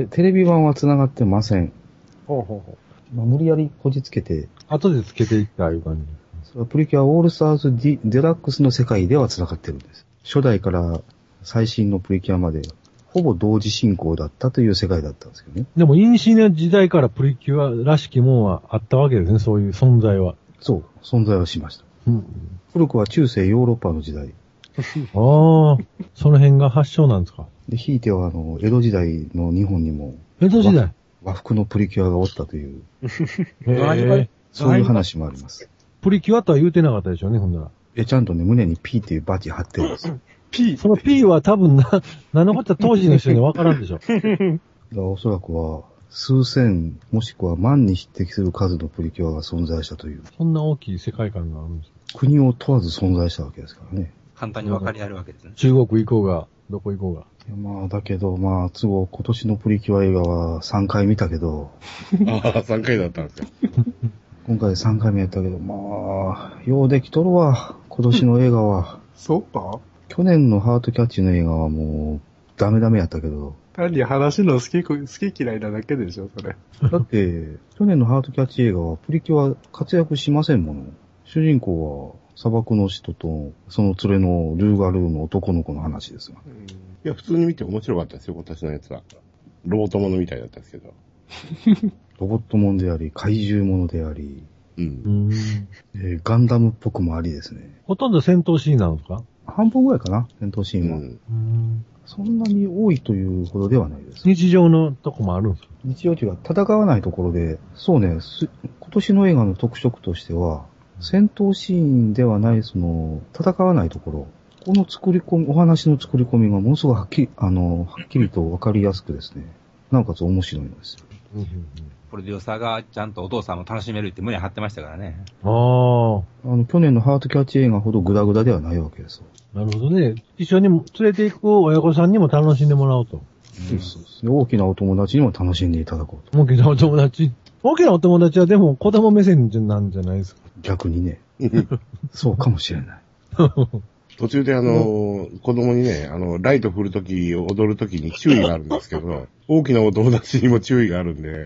テレビ版は繋がってません。 ほうほうほう。まあ、無理やりこじつけて。 後でつけていったいう感じ。 それはプリキュアオールスターズディデラックスの世界では繋がってるんです。初代から最新のプリキュアまで、ほぼ同時進行だったという世界だったんですけどね。 でも、インシネ時代からプリキュアらしきもんはあったわけですね、そういう存在は。 そう、存在はしました。 うん、 古くは中世ヨーロッパの時代。 ああ、その辺が発祥なんですか。 で、ひいては、あの、江戸時代の日本にも、 江戸時代和服のプリキュアがおったという、 へーそういう話もあります。 プリキュアとは言うてなかったでしょうね、ほんなら。 え、ちゃんとね、胸に P っていうバッジ貼ってるんですよ。 P? その P は多分な、何のことは当時の人には分からんでしょ。 だからおそらくは、数千、もしくは万に匹敵する数のプリキュアが存在したという。 そんな大きい世界観があるんです。 国を問わず存在したわけですからね。 簡単に分かり合えるわけですね。 中国行こうが、どこ行こうが。 いやまあ、だけど、まあ、都合、今年のプリキュア映画はさんかい見たけど。 ああ、さんかいだったんですよ。 今回さんかいめやったけど、まあ、ようできとるわ、今年の映画は。 そうか？ 去年のハートキャッチの映画はもう、ダメダメやったけど。 単に話の好き、好き嫌いなだけでしょ、それ。 だって、去年のハートキャッチ映画はプリキュア活躍しませんもの。主人公は砂漠の人と、その連れのルーガルーの男の子の話ですが。 いや、普通に見て面白かったですよ、今年のやつは。ロボットものみたいだったんですけど。 ロボットものであり、怪獣ものであり、 うんうんえーガンダムっぽくもありですね。 ほとんど戦闘シーンなんですか？ 半分ぐらいかな、戦闘シーンは。 うんうんそんなに多いというほどではないです。 日常のとこもあるんですか？ 日曜日が戦わないところで、そうね、す今年の映画の特色としては、戦闘シーンではない、その、戦わないところ、この作り込み、お話の作り込みがものすごくはっきり、あの、はっきりとわかりやすくですね、なおかつ面白いんですよ。 うんうんプロデューサーがちゃんとお父さんも楽しめるって胸張ってましたからね。 うん、ああの、去年のハートキャッチ映画ほどグダグダではないわけですよ。 あ、なるほどね。一緒に連れて行く親御さんにも楽しんでもらおうと。 そうそうそう。で大きなお友達にも楽しんでいただこうと。 大きなお友達。大きなお友達はでも子供目線なんじゃないですか。 逆にね。そうかもしれない。 途中であの、子供にね、あの、ライト振るとき、踊るときに注意があるんですけど、大きなお友達にも注意があるんで、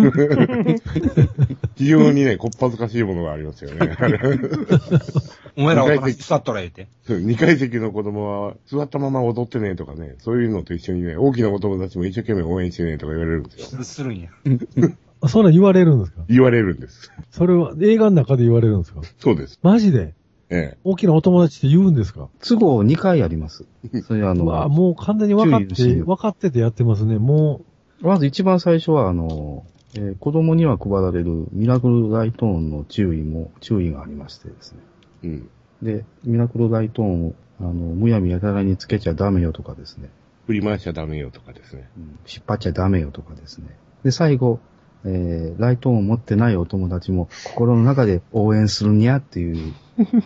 非常にね、こっぱずかしいものがありますよね。 お前らお話座っとら言うて。 二階席の子供は座ったまま踊ってねとかね、そういうのと一緒にね、大きなお友達も一生懸命応援してねとか言われるんですよ。 するんや。 あ、そんなん言われるんですか？ 言われるんです。 それは映画の中で言われるんですか？ そうです。 マジでええ。 大きなお友達って言うんですか？ 都合にかいあります。それあの、 うわ、もう完全に分かって、 注意のシーン分かっててやってますね。もまず一番最初は、あの、えー子供には配られるミラクルライトーンの注意も、注意がありましてですね。 うん。 で、ミラクルライトーンを、あの、むやみやたらにつけちゃダメよとかですね。 振り回しちゃダメよとかですね。 うん、引っ張っちゃダメよとかですね。で、最後、 えー、ライトオンを持ってないお友達も心の中で応援するにゃっていう。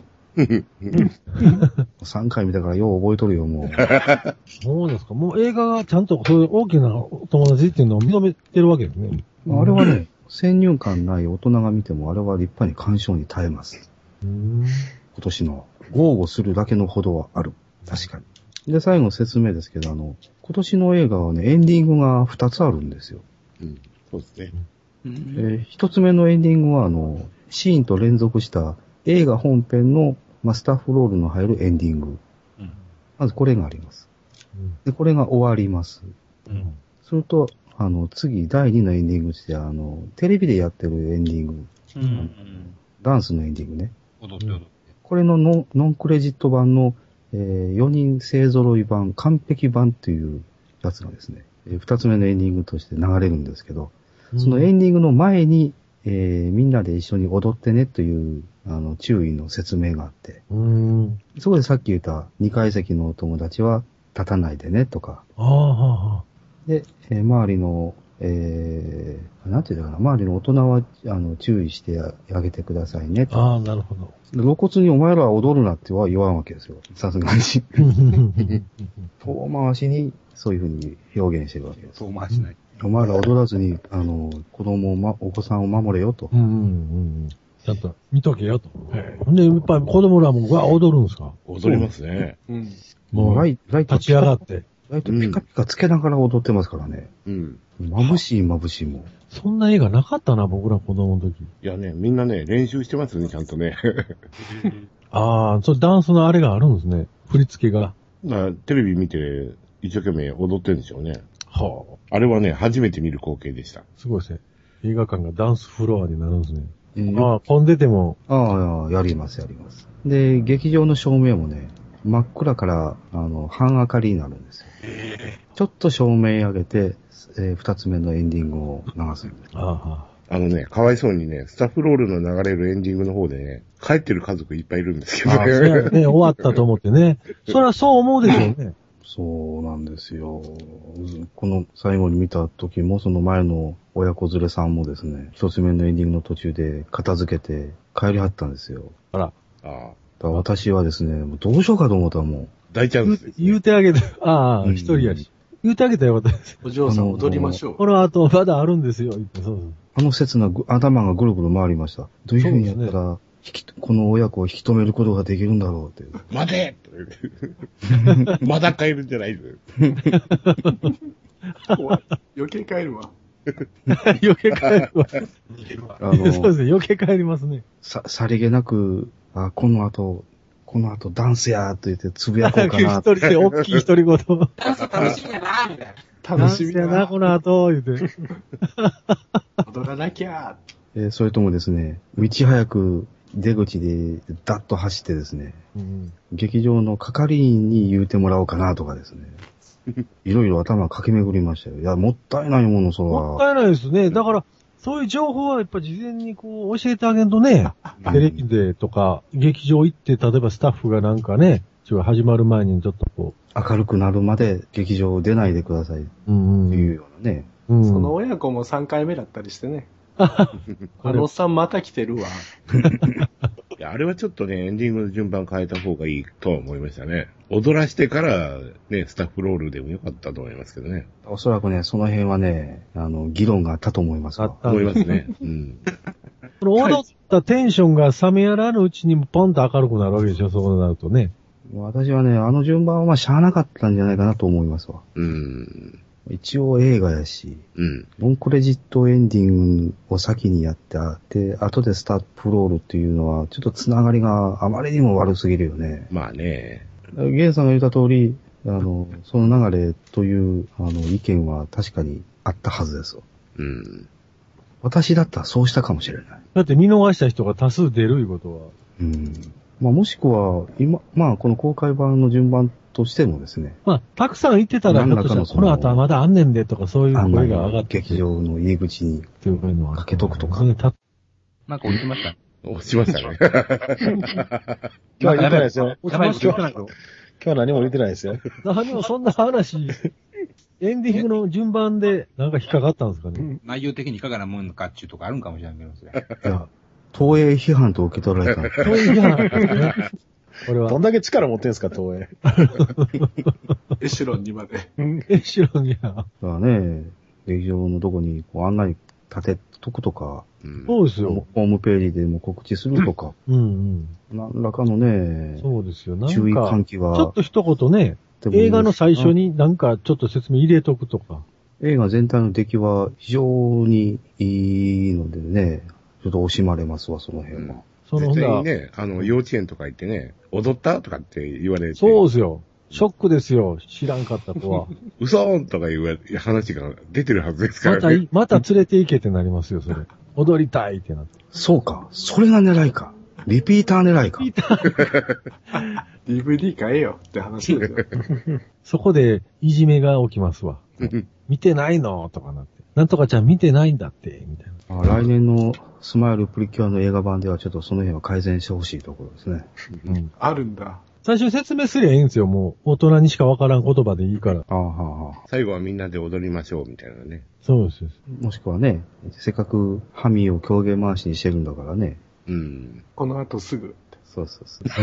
さんかい見たからよう覚えとるよ、もう。 そうですか。もう映画がちゃんとそういう大きなお友達っていうのを認めてるわけですね。 あれはね、先入観ない大人が見ても、あれは立派に鑑賞に耐えます。うーん、今年の豪語するだけのほどはある。確かに。で、最後説明ですけど、あの、今年の映画はね、エンディングがふたつあるんですよ。 うん、そうですね。 えー、ひとつめのエンディングは、あの、シーンと連続した映画本編の、まあ、スタッフロールの入るエンディング。うん、まずこれがあります。うん、で、これが終わります。うん、すると、あの、次、だいにのエンディングって、あの、テレビでやってるエンディング。うんうん、ダンスのエンディングね。踊って踊って。これのノン、ノンクレジット版の、えー、よにん勢揃い版、完璧版っていうやつがですね、えー、ふたつめのエンディングとして流れるんですけど、うん、そのエンディングの前に、えー、みんなで一緒に踊ってねという、あの、注意の説明があって、うん、そこでさっき言ったにかい席のお友達は立たないでねとか、ああで、えー、周りの、えー、なんていうのかな、周りの大人は、あの、注意してあげてくださいねと。 ああ、なるほど。 露骨にお前らは踊るなっては言わんわけですよ。さすがに。遠回しに、そういうふうに表現してるわけです。 遠回しない。 お前ら踊らずに、あの、子供を、ま、お子さんを守れよと。うんうんうん。 ちゃんと見とけよと。ほんで、やっぱり子供らも、わ、踊るんですか？ 踊りますね。 うん。もう、ライト、 立ち上がって。 ライトピカピカつけながら踊ってますからね。うん。眩しい眩しいもん。 そんな映画なかったな、僕ら子供の時。 いやね、みんなね、練習してますね、ちゃんとね。 ああ、そう、ダンスのあれがあるんですね。振り付けが。 だからテレビ見て、一生懸命踊ってるんでしょうね。はあ。あれはね、初めて見る光景でした。 すごいですね。映画館がダンスフロアになるんですね。えー、ああ、混んでても。 ああ、やります、やります。で、劇場の照明もね、真っ暗から、あの、半明かりになるんですよ。えー、ちょっと照明上げて、えー、二つ目のエンディングを流すんです。 ああのね、かわいそうにね、スタッフロールの流れるエンディングの方でね、帰ってる家族いっぱいいるんですけどね。ああ、 そうやね、終わったと思ってね。そりゃそう思うでしょうね。 そうなんですよ。この最後に見た時も、その前の親子連れさんもですね、一つ目のエンディングの途中で片付けて帰りはったんですよ。あら。ああ。だから私はですね、もうどうしようかと思ったらもう。 大チャンスです、 ね。言うてあげて、ああ、一人やし。言うてあげたらよかったです。 お嬢さん踊りましょう。 この後まだあるんですよ。そうそう。 あの刹那、頭がぐるぐる回りました。どういうふうにやったら、引きこの親子を引き止めることができるんだろうって。 待てまだ帰るんじゃないです余計帰るわ。 余計帰るわ。あのそうですね、余計帰りますね。 さ、さりげなく、あ、この後、この後ダンスやーと言ってつぶやこうかな。 一人で大きい独り言。 ダンス楽しみやなみたいな。 楽しみやな、この後、言うて。 踊らなきゃー。えー、それともですね、道早く出口でダッと走ってですね、うん、劇場の係員に言うてもらおうかなとかですね。いろいろ頭駆け巡りましたよ。いや、もったいないもの、それは。 もったいないですね。だから、そういう情報はやっぱ事前にこう教えてあげんとね、テレビでとか、劇場行って、例えばスタッフがなんかね、始まる前にちょっとこう。 明るくなるまで劇場出ないでください。っていうようなね。 うんうん、その親子もさんかいめだったりしてね。あのおっさんまた来てるわ。 いや、あれはちょっとね、エンディングの順番変えた方がいいとは思いましたね。踊らしてから、ね、スタッフロールでもよかったと思いますけどね。 おそらくね、その辺はね、あの、議論があったと思いますわ。 あ思いますね。うん。 この踊ったテンションが冷めやらぬうちにポンと明るくなるわけでしょ、そうなるとね。 私はね、あの順番はまあしゃあなかったんじゃないかなと思いますわ。 うん。 一応映画やし、うん。ノンクレジットエンディングを先にやってあって、後でスタッフロールっていうのは、ちょっとつながりがあまりにも悪すぎるよね。 まあね。 ゲンさんが言った通り、あの、その流れという、あの、意見は確かにあったはずですよ。うん。私だったらそうしたかもしれない。 だって見逃した人が多数出るいうことは。 うん。まあもしくは、今、まあこの公開版の順番としてもですね。 まあ、たくさん言ってたら、ひょっとしたらこの後はまだあんねんでとかそういう声が上がって。 劇場の入り口にかけとくとか。 なんか落ちました。 落ちましたね。 今日は言ってないですよ。今日は何も言ってないですよ。 何もそんな話、 エンディングの順番でなんか引っかかったんですかね。 内容的にいかがなもんかっていうとかあるんかもしれないけど、それ。 いや、東映批判と受け取られた。 そういう批判なんですね。これは。 どんだけ力持ってんすか、東映。 エシュロンにまで。 エシュロンや。 だからね、劇場のとこにこう案内立てとくとか、 うん、 そうですよ。 ホームページでも告知するとか、 うんうん。 何らかのね、 そうですよ。なんか、 注意喚起は。 ちょっと一言ね、映画の最初になんかちょっと説明入れとくとか。 映画全体の出来は非常にいいのでね、ちょっと惜しまれますわ、その辺は。うん、 その絶対にね、あの、幼稚園とか行ってね、踊ったとかって言われて。 そうですよ。ショックですよ。知らんかった子は。 嘘とか言われ、話が出てるはずですからね。 また、また連れて行けってなりますよ、それ。踊りたいってなって。 そうか。それが狙いか。リピーター狙いか。 リピーター。 ディーブイディー 買えよって話ですよ。 そこでいじめが起きますわ。見てないのとかなって。なんとかちゃん見てないんだって、みたいな。 あ、来年のスマイルプリキュアの映画版ではちょっとその辺は改善してほしいところですね。 うん、あるんだ。 最初に説明すりゃいいんですよ、もう。大人にしかわからん言葉でいいから。 ああはあ、 最後はみんなで踊りましょう、みたいなね。 そうです。 もしくはね、せっかくハミーを狂言回しにしてるんだからね。 うん。 この後すぐ。 そうそうそう。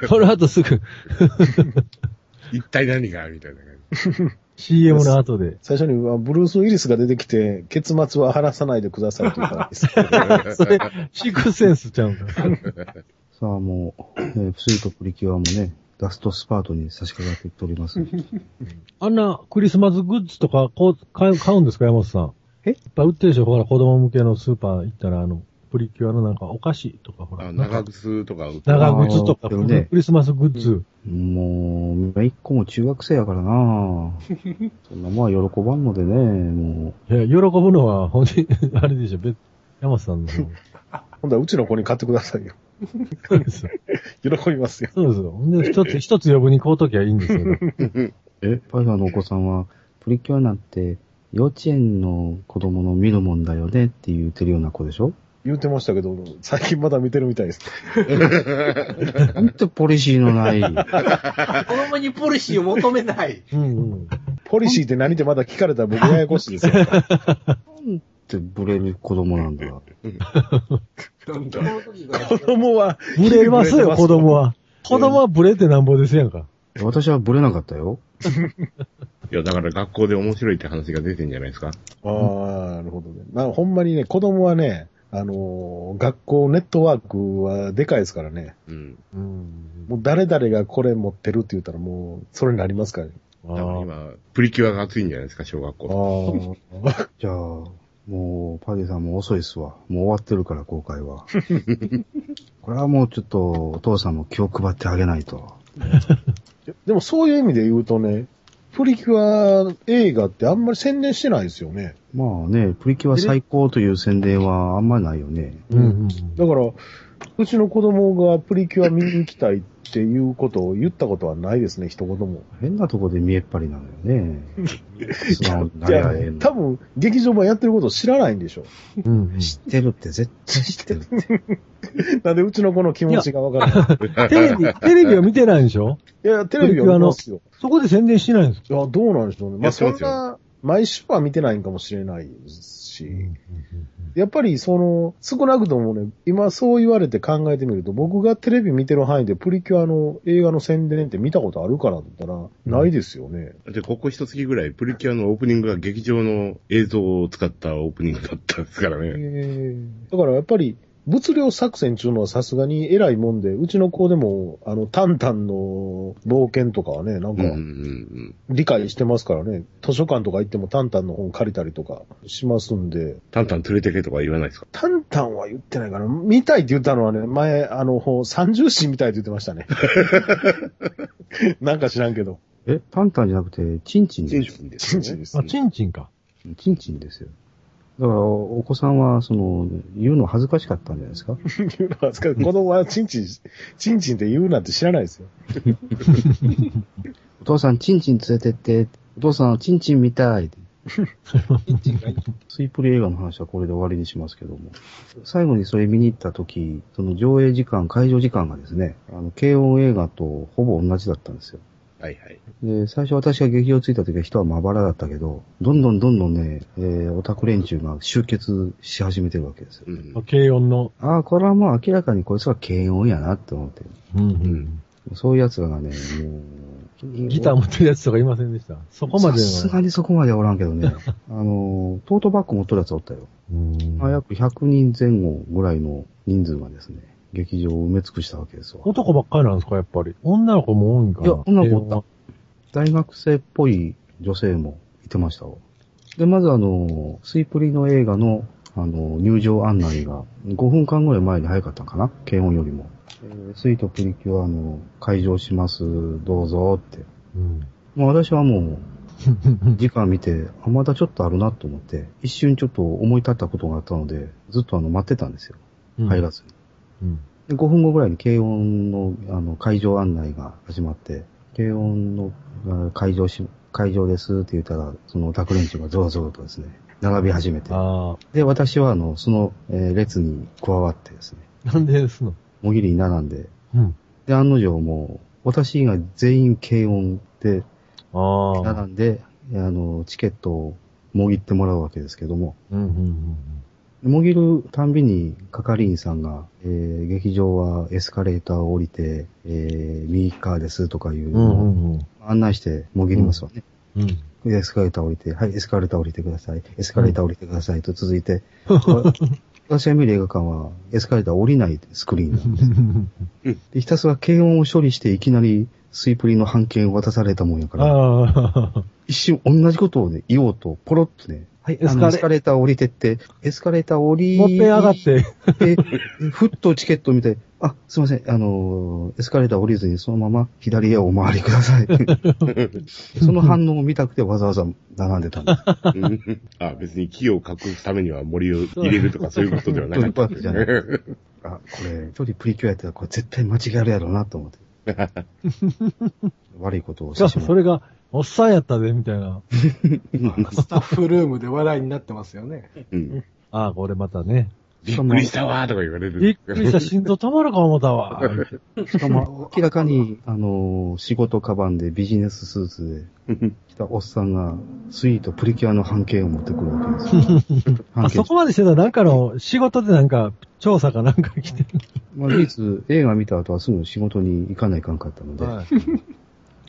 この後すぐ。 一体何がみたいな感じ。 シーエム の後で。 最初にブルース・ウィリスが出てきて、結末は話さないでくださいと言ったんです。 それ、シックスセンスちゃうんだ。 さあもう、ね、プスイートプリキュアもね、ラストスパートに差し掛かっていっております。 あんなクリスマスグッズとかこう買う買うんですか、山本さん。 えいっぱい売ってるでしょ、ほら、子供向けのスーパー行ったら、あの、プリキュアのなんかお菓子とか、ほら。 あ、長靴とか売ってる。 長靴とか、ね、クリスマスグッズ。 もう、一個も中学生やからなそんなもんは喜ばんのでね、もう。いや、喜ぶのは、ほんに、あれでしょ、別、山さんの。 今度はうちの子に買ってくださいよ。 そうです。 喜びますよ。 そうですよ。ほんで、一つ、一つ呼ぶに買うときはいいんですよ。 え、パイラーのお子さんは、プリキュアなんて、幼稚園の子供の見るもんだよねって言ってるような子でしょ？ 言ってましたけど、最近まだ見てるみたいです。 なんてポリシーのない。 子供にポリシーを求めない。 うんうん。 ポリシーって何ってまだ聞かれたら僕ややこしいですよ。 なんてブレる子供なんだ。 なんだ子供は。 ブレますよ、子供は。子供はブレてなんぼですやんか。 私はブレなかったよ。 いや、だから学校で面白いって話が出てんじゃないですか。 ああ、なるほどね。まあ、ほんまにね、子供はね、あのー、学校ネットワークはでかいですからね。 うん。 うん。もう誰々がこれ持ってるって言ったらもう、それになりますからね。 だから今、プリキュアが熱いんじゃないですか、小学校。 ああ。 じゃあ、もう、パディさんも遅いっすわ。もう終わってるから、公開は。これはもうちょっと、お父さんも気を配ってあげないと。 でもそういう意味で言うとね、プリキュア映画ってあんまり宣伝してないですよね。 まあね、プリキュア最高という宣伝はあんまりないよね。 うんうん、だから、うちの子供がプリキュア見に行きたいっていうことを言ったことはないですね、一言も。 変なとこで見えっぱりなのよね。 素直になりゃええの。多分、劇場版やってることを知らないんでしょ。 うんうん、知ってるって、絶対知ってるって。 なんでうちの子の気持ちがわからない。 テレビ、テレビを見てないんでしょ？ いや、テレビは見ますよ。 そこで宣伝してないんですか？ いや、どうなんでしょうね。まあ、そんな、毎週は見てないんかもしれないし、やっぱりその、少なくともね、今そう言われて考えてみると、僕がテレビ見てる範囲でプリキュアの映画の宣伝って見たことあるかなって言ったら、ないですよね。 で、ここ一月ぐらい、プリキュアのオープニングが劇場の映像を使ったオープニングだったんですからね。 えー、だからやっぱり、物量作戦っていうのはさすがに偉いもんで、うちの子でも、あの、タンタンの冒険とかはね、なんか、理解してますからね。図書館とか行ってもタンタンの本借りたりとかしますんで。 タンタン連れてけとか言わないですか？ タンタンは言ってないかな。見たいって言ったのはね、前、あの、三重心見たいって言ってましたね。なんか知らんけど。 え、タンタンじゃなくて、チンチンでしょ？ チンチンです、 ね。チンチンです、 ね。あ、チンチンか。 チンチンですよ。だから、お子さんは、その、言うの恥ずかしかったんじゃないですか？ 言うの恥ずかしい。子供はチンチン、チンチンって言うなんて知らないですよ。 お父さん、チンチン連れてって、お父さん、チンチン見たい。スイプリ映画の話はこれで終わりにしますけども。最後にそれ見に行った時、その上映時間、会場時間がですね、あの、軽音映画とほぼ同じだったんですよ。 はいはい。 で、最初私が劇場着いた時は人はまばらだったけど、どんどんどんどんね、えー、オタク連中が集結し始めてるわけですよ。 うん、軽音の。 ああ、これはもう明らかにこいつは軽音やなって思って。 うんうん。 そういう奴らがね、もう、ギター持ってる奴とかいませんでした。そこまで。 さすがにそこまではおらんけどね。あの、トートバッグ持ってる奴おったよ。うん。まあ、約ひゃくにんぜん後ぐらいの人数がですね、劇場を埋め尽くしたわけですわ。 男ばっかりなんですか、やっぱり。女の子も多いんかな。 いや、女の子おった。大学生っぽい女性もいてましたわ。で、まずあの、スイプリの映画の、あの、入場案内がごふんかんぐらい前に早かったかな、軽音よりも。えー、スイートプリキュアの会場します、どうぞって。うん、もう私はもう、時間見て、あ、まだちょっとあるなと思って、一瞬ちょっと思い立ったことがあったので、ずっとあの、待ってたんですよ。うん、入らずに。うん、でごふんごぐらいに軽音の、あの、会場案内が始まって、軽音の会場し、会場ですって言ったら、そのオタク連中がゾロゾロとですね、並び始めて。で、私はあの、その、えー、列に加わってですね。 なんでですの？ もぎりに並んで。うん。で、案の定もう、私以外全員軽音で、並んで、あの、チケットをもぎってもらうわけですけども。うんうんうん、もぎるたんびに係員さんが、えー、劇場はエスカレーターを降りて、えー、右側ですとかいうのを、うんうんうん、案内してもぎりますわね。うんうん、エスカレーター降りて、はい、エスカレーター降りてください。エスカレーター降りてくださいと続いて、うん、私が見る映画館はエスカレーター降りないスクリーンなんです。でひたすら軽音を処理していきなりスイプリの半券を渡されたもんやから、一瞬同じことをね、言おうと、ポロッとね、はい、エスカレ、エスカレーター降りてって、エスカレーター降り、 もっぺん上がって、 で、ふっとチケットを見て、あ、すいません、あの、エスカレーター降りずにそのまま左へお回りください。その反応を見たくてわざわざ並んでたんです。 あ、別に木を隠すためには森を入れるとかそういうことではなかった。そういうわけじゃない。 あ、これ、一人プリキュアやったらこれ絶対間違えるやろうなと思って。悪いことをしてしまう。 それが、おっさんやったで、みたいな。 スタッフルームで話題になってますよね。 うん、ああ、これまたね。 びっくりしたわーとか言われる。 びっくりした、心臓止まるか思ったわ。 しかも、明らかに、あのー、仕事カバンでビジネススーツで来たおっさんが、スイートプリキュアの半径を持ってくるわけですよ。 あそこまでしてたらなんかの、仕事でなんか、調査かなんか来てる。 まあ、事実、映画見た後はすぐ仕事に行かないかんかったので。はい、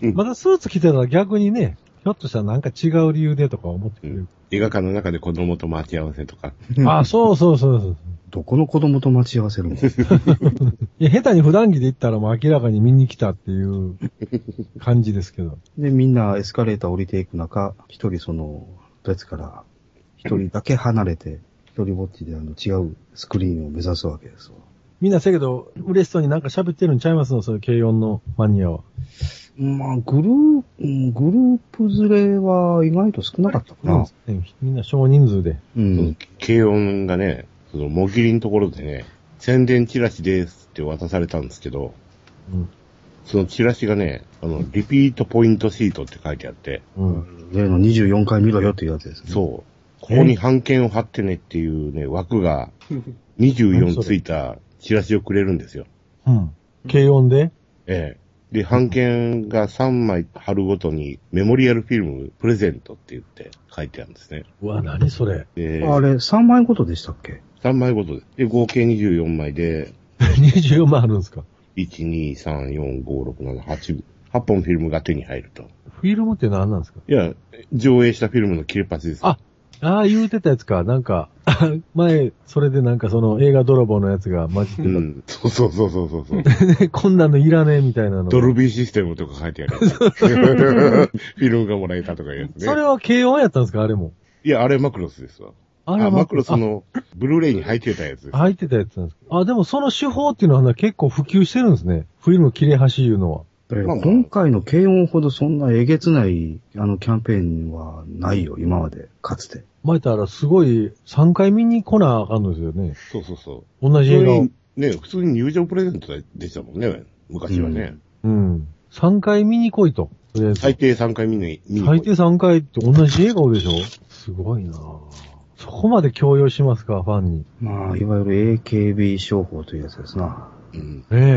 まだスーツ着てたら逆にね、ひょっとしたらなんか違う理由でとか思ってくれる。うん、 映画館の中で子供と待ち合わせとか。 あ、そうそうそうそう。 どこの子供と待ち合わせるのいや、下手に普段着で行ったらもう明らかに見に来たっていう感じですけど。 で、みんなエスカレーター降りていく中、一人その、列から一人だけ離れて、一人ぼっちであの違うスクリーンを目指すわけですわ。 みんなせやけど、嬉しそうになんか喋ってるんちゃいますの、そういう軽音のマニアは。 まあ、グループ、グループ連れは意外と少なかったかな。 うん、みんな少人数で。 うん。軽音がね、その、もぎりのところでね、宣伝チラシですって渡されたんですけど、うん、そのチラシがね、あの、リピートポイントシートって書いてあって、 うん。例のにじゅうよんかい見ろよっていうやつですね。 そう。ここに半券を貼ってねっていうね、枠がにじゅうよんついたチラシをくれるんですよ。 うん。軽音で？ ええ。で、半券がさんまい貼るごとにメモリアルフィルムプレゼントって言って書いてあるんですね。 うわ、何それ。 えあれ、さんまいごとでしたっけ？ さん 枚ごとで。で、合計にじゅうよんまいで。 にじゅうよんまいあるんですか？ いち、に、さん、よん、ご、ろく、なな、はち、はっぽんフィルムが手に入ると。 フィルムって何なんですか？ いや、上映したフィルムの切れっ端です。 あ、ああ、言うてたやつか。なんか、前、それでなんかその映画泥棒のやつが混じってた。うん。 そうそうそうそうそうそう。 こんなのいらねえみたいなの。 ドルビーシステムとか書いてある。フィルムがもらえたとかいうやつね。 それは軽音やったんですか、あれも。 いや、あれマクロスですわ。あれマクロスの、ブルーレイに入ってたやつです。 入ってたやつなんですか。あ、でもその手法っていうのは結構普及してるんですね。フィルム切れ端いうのは。 まあ、今回の軽音ほどそんなえげつないあのキャンペーンはないよ、今まで、かつて。 前たらすごいさんかい見に来なあかんのですよね。 そうそうそう。 同じ映画を。 ね、普通に入場プレゼントでしたもんね、昔はね。 うん。うん、さんかい見に来いと。 最低さんかい見に、 見に来い。最低さんかいって同じ映画でしょ？すごいなぁ。そこまで強要しますか、ファンに。 まあ、いわゆる エーケービー 商法というやつですな。 うん。ええ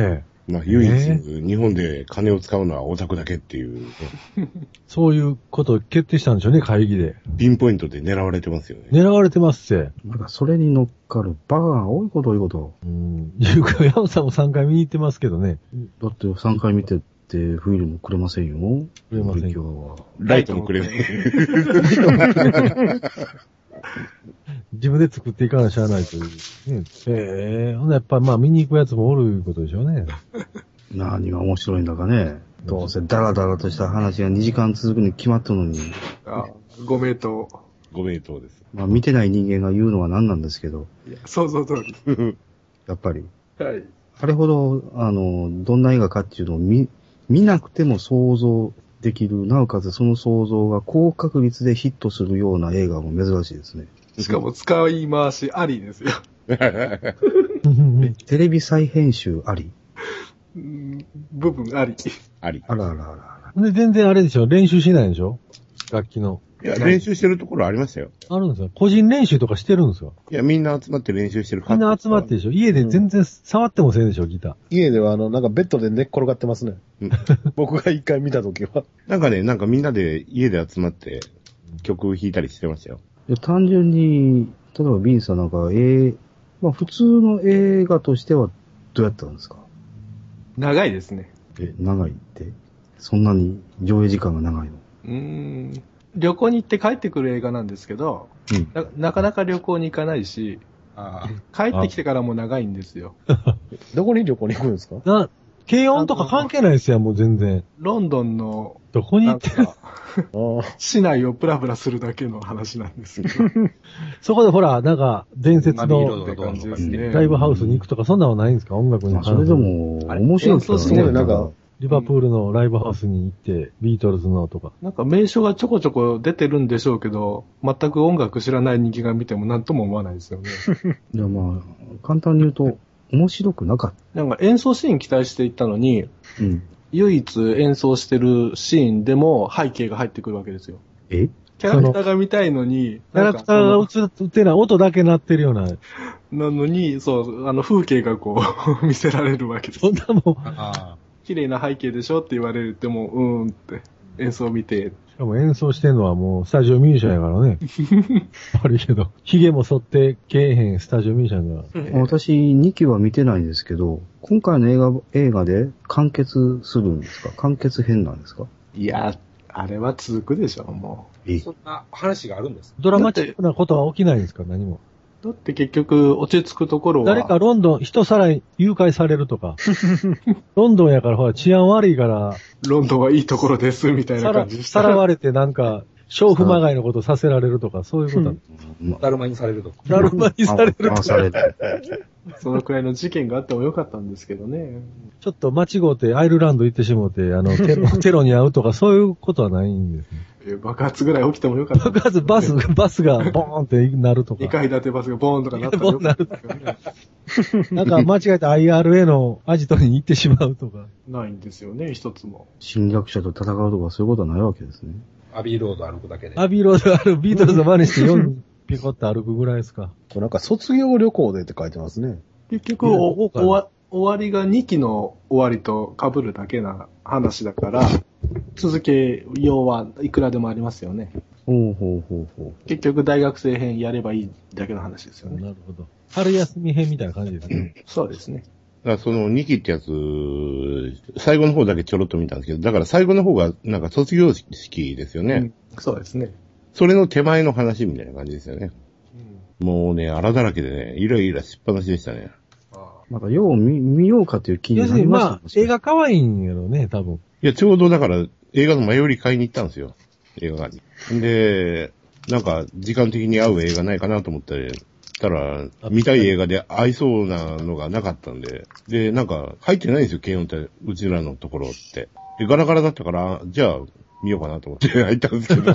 まあ、唯一、日本で金を使うのはオタクだけっていう、 ね。そういうことを決定したんでしょうね、会議で。 ピンポイントで狙われてますよね。 狙われてますって。 なんかそれに乗っかるバカが多いこと多いこと。 うん。いうか、ヤオさんもさんかい見に行ってますけどね。 だってさんかい見てってフィルムくれませんよ。 くれませんよ。 ライトもくれない。 自分で作っていかなしゃあないという。ね、へえ。ほんなやっぱまあ見に行くやつもおることでしょうね。 何が面白いんだかね。どうせダラダラとした話がにじかん続くに決まったのに。 あ、ご名答。 ご名答です。 まあ見てない人間が言うのは何なんですけど。 いや、想像通り。 やっぱり。 はい。 あれほど、あの、どんな映画かっていうのを見、見なくても想像できる。なおかつその想像が高確率でヒットするような映画も珍しいですね。 しかも使い回しありですよ。 テレビ再編集あり部分あり。 あり。 あらあらあら。 で、全然あれでしょ、練習しないでしょ楽器の。 いや、練習してるところありましたよ。 あるんですよ。個人練習とかしてるんですよ。 いや、みんな集まって練習してる。 みんな集まってでしょ。家で全然触ってもせんでしょ、ギター。 家ではあの、なんかベッドで寝っ転がってますね。うん、僕が一回見たときは。 なんかね、なんかみんなで家で集まって曲弾いたりしてましたよ。 いや単純に、例えばビンさんなんか、えー、まあ普通の映画としてはどうやったんですか？ 長いですね。 え、長いって？そんなに上映時間が長いの？ うーん。旅行に行って帰ってくる映画なんですけど、うん、な, なかなか旅行に行かないし、あ帰ってきてからも長いんですよ。 どこに旅行に行くんですか？ な、軽音とか関係ないですよ、もう全然。 ロンドンの、 どこに行ってる市内をプラプラするだけの話なんですけど。 そこでほら、なんか、伝説のね、 ライブハウスに行くとか、そんなのないんですか？音楽に関する。それでも、面白いですね。 なんか、 リバプールのライブハウスに行って、ビートルズのとか。 なんか名称がちょこちょこ出てるんでしょうけど、全く音楽知らない人間が見ても何とも思わないですよね。 いやまあ、簡単に言うと、面白くなかった。 なんか演奏シーン期待していったのに、うん、唯一演奏してるシーンでも背景が入ってくるわけですよ。 え？ キャラクターが見たいのに、 キャラクターが映ってない、音だけ鳴ってるような。なのに、そう、あの風景がこう、見せられるわけです。 そんなもん。 綺麗な背景でしょって言われても、うーんって演奏を見て。 しかも演奏してんのはもうスタジオミュージシャンやからね。悪いけど。髭も剃ってけえへんスタジオミュージシャンが。 私、にきは見てないんですけど、今回の映画、映画で完結するんですか？完結編なんですか？ いや、あれは続くでしょ、もう。 そんな話があるんですか？ ドラマチックなことは起きないんですか？何も。 だって結局、落ち着くところは。 誰かロンドン、人さらに誘拐されるとか。ロンドンやからほら治安悪いから。 ロンドンはいいところです、みたいな感じでした。さらわれてなんか、娼婦まがいのことさせられるとか、そういうこと。 だるまにされるとか。 だるまにされるとか。される。 そのくらいの事件があってもよかったんですけどね。 ちょっと間違うてアイルランド行ってしもうて、あの、テロ、テロに遭うとかそういうことはないんですね。 爆発ぐらい起きてもよかった。 爆発、バス、バスがボーンってなるとか。 にかい建てバスがボーンとかなったらよかったですよね。 なんか間違えて アイアールエー のアジトに行ってしまうとか。 ないんですよね、一つも。 侵略者と戦うとかそういうことはないわけですね。 アビーロード歩くだけで。 アビーロード歩く、ビートルズを真似してよんピコって歩くぐらいですか。 なんか卒業旅行でって書いてますね。 結局、お終わ終わりがにきの終わりと被るだけな話だから、続けようはいくらでもありますよね。 ほうほうほうほう。 結局大学生編やればいいだけの話ですよね。 なるほど。春休み編みたいな感じですね。 そうですね。 だからそのにきってやつ、最後の方だけちょろっと見たんですけど、だから最後の方がなんか卒業式ですよね。うん、 そうですね。 それの手前の話みたいな感じですよね。うん、もうね、荒だらけでね、イライラしっぱなしでしたね。 まだよう見、見ようかという気になりました。 まあ、映画可愛いんやろね、多分。 いや、ちょうどだから映画の前より買いに行ったんですよ。映画館に。で、なんか時間的に合う映画ないかなと思ってたら、見たい映画で合いそうなのがなかったんで、で、なんか入ってないんですよ、軽音って、うちらのところって。で、ガラガラだったから、じゃあ見ようかなと思って入ったんですけど。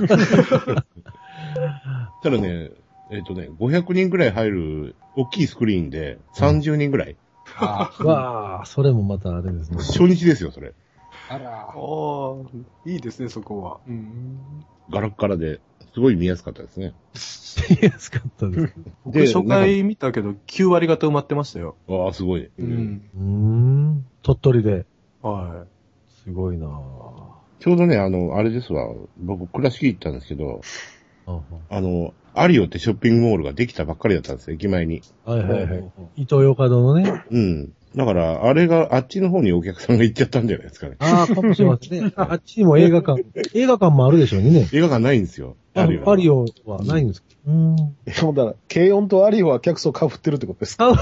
ただね、えっとね、ごひゃくにんくらい入る大きいスクリーンでさんじゅうにんくらい。 ああ、わあ、それもまたあれですね。 初日ですよ、それ。 あら。ああ、いいですね、そこは。うん。 ガラッガラで、すごい見やすかったですね。 見やすかったです。 僕初回見たけどきゅうわり方埋まってましたよ。 ああ、すごい。 うん。 うん。 鳥取で。 はすごいなぁ。 ちょうどね、あの、あれですわ、僕、倉敷行ったんですけど、 ああの、アリオってショッピングモールができたばっかりだったんですよ、駅前に。 はいはいはい。伊東洋華堂のね。 うん。だから、あれが、あっちの方にお客さんが行っちゃったんじゃないですかね。 ああ、かもしれませんね。あっちにも映画館、映画館もあるでしょうね。 映画館ないんですよ。 あるよ。アリオはないんですか？うん。 そうだから、軽音とアリオは客層被ってるってことですか？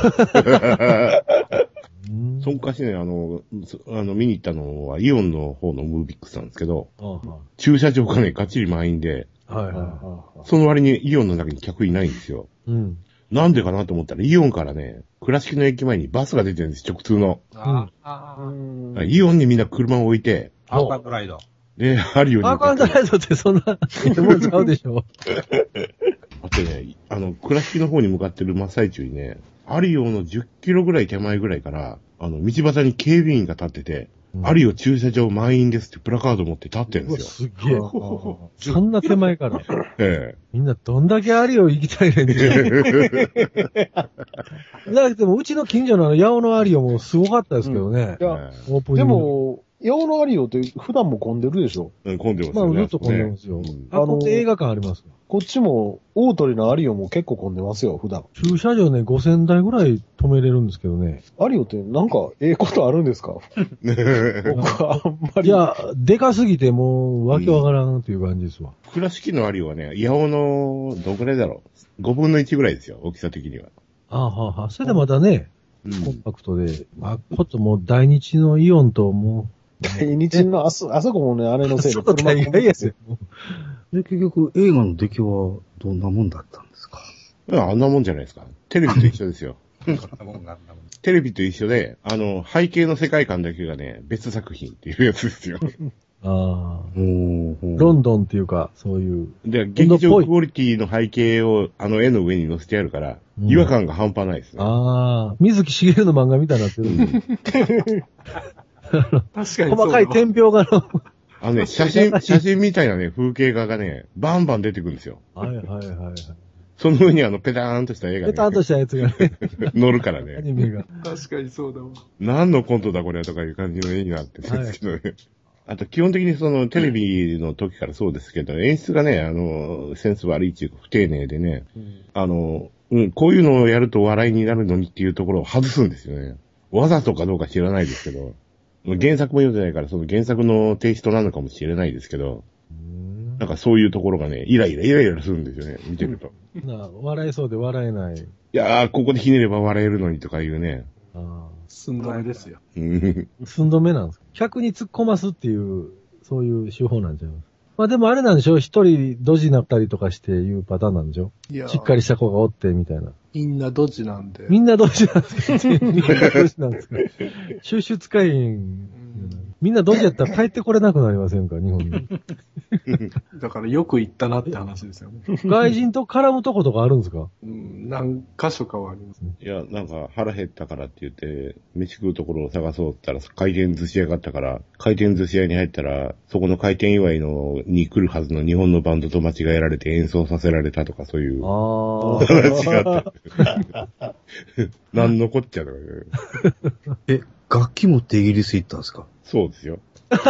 そんかしね、あの、あの、見に行ったのはイオンの方のムービックスなんですけど、ああ駐車場がね、がっちり満員で、はいはいはい、その割にイオンの中に客いないんですよ。うん。なんでかなと思ったら、イオンからね、倉敷の駅前にバスが出てるんです、直通の。ああ、うん。イオンにみんな車を置いて、 アーカンドライド。 で、あるように。 アーカンドライドってそんな、もんちゃうでしょ。 あとね、あの、倉敷の方に向かってる真っ最中にね、アリオのじゅっキロぐらい手前ぐらいから、あの、道端に警備員が立ってて、うん、アリオ駐車場満員ですってプラカード持って立ってるんですよ。すげえ。そんな手前から。 ええ。 みんなどんだけアリオ行きたいねんね。だってもうちの近所のあの、八尾のアリオもすごかったですけどね。うん、いや、 オープンでも、八尾のアリオって普段も混んでるでしょ？ うん、混んでますよね。 まあ、ずっと混んでますよ。うん、あの、映画館あります。 こっちも、大鳥のアリオも結構混んでますよ、普段。 駐車場ね、ごせんだいぐらい止めれるんですけどね。 アリオってなんか、ええことあるんですか？僕はあんまり。 いや、でかすぎてもう、わけわからんっていう感じですわ。 倉敷のアリオはね、八尾の、どこらいだろう。ごぶんのいちぐらいですよ、大きさ的には。 ああ、はあ、はあ。それでまたね、うん、コンパクトで、あ、こともう大日のイオンともう、 大日のあそ、あそこもね、あれのせいで車が大ですよ。 で、結局映画の出来はどんなもんだったんですか？ いや、あんなもんじゃないですか。テレビと一緒ですよ。テレビと一緒で、あの、背景の世界観だけがね、別作品っていうやつですよ。ああ。ロンドンっていうか、そういう。 で、劇場クオリティの背景をあの絵の上に載せてあるから、うん、違和感が半端ないですね。 ああ。水木しげるの漫画みたいになってる。うん確かにそう。 細かい天平画の。 あのね、写真、写真みたいなね、風景画がね、バンバン出てくるんですよ。 はいはいはいはい。 その上にあの、ペターンとした絵がね。 ペターンとしたやつがね。 乗るからね。 アニメが。 確かにそうだわ。 何のコントだこれとかいう感じの絵になってるんですけどね。はい、あと、基本的にその、テレビの時からそうですけど、演出がね、あの、センス悪いっていうか、不丁寧でね、うん、あの、うん、こういうのをやると笑いになるのにっていうところを外すんですよね。わざとかどうか知らないですけど。原作も読んでないから、その原作のテイストなのかもしれないですけど、なんかそういうところがね、イライライライラするんですよね、見てると。 な笑えそうで笑えない。いやー、ここでひねれば笑えるのにとかいうね。 ああ、寸止めですよ。 寸止めなんですか？客に突っ込ますっていう、そういう手法なんちゃいます。まあでもあれなんでしょ？一人ドジになったりとかしていうパターンなんでしょ？いやしっかりした子がおってみたいな。 みんなドジなんで。 みんなドジなんですか？みんなドジなんですか？収集使いん。みんなドジやったら帰ってこれなくなりませんか、日本に。 だからよく行ったなって話ですよね。 外人と絡むとことかあるんですか？ うん、何箇所かはありますね。 いや、なんか腹減ったからって言って、飯食うところを探そうって言ったら回転寿司屋があったから、回転寿司屋に入ったら、そこの回転祝いのに来るはずの日本のバンドと間違えられて演奏させられたとかそういう話があった。何のこっちゃとかえ、楽器持ってイギリス行ったんですか？ そうですよ。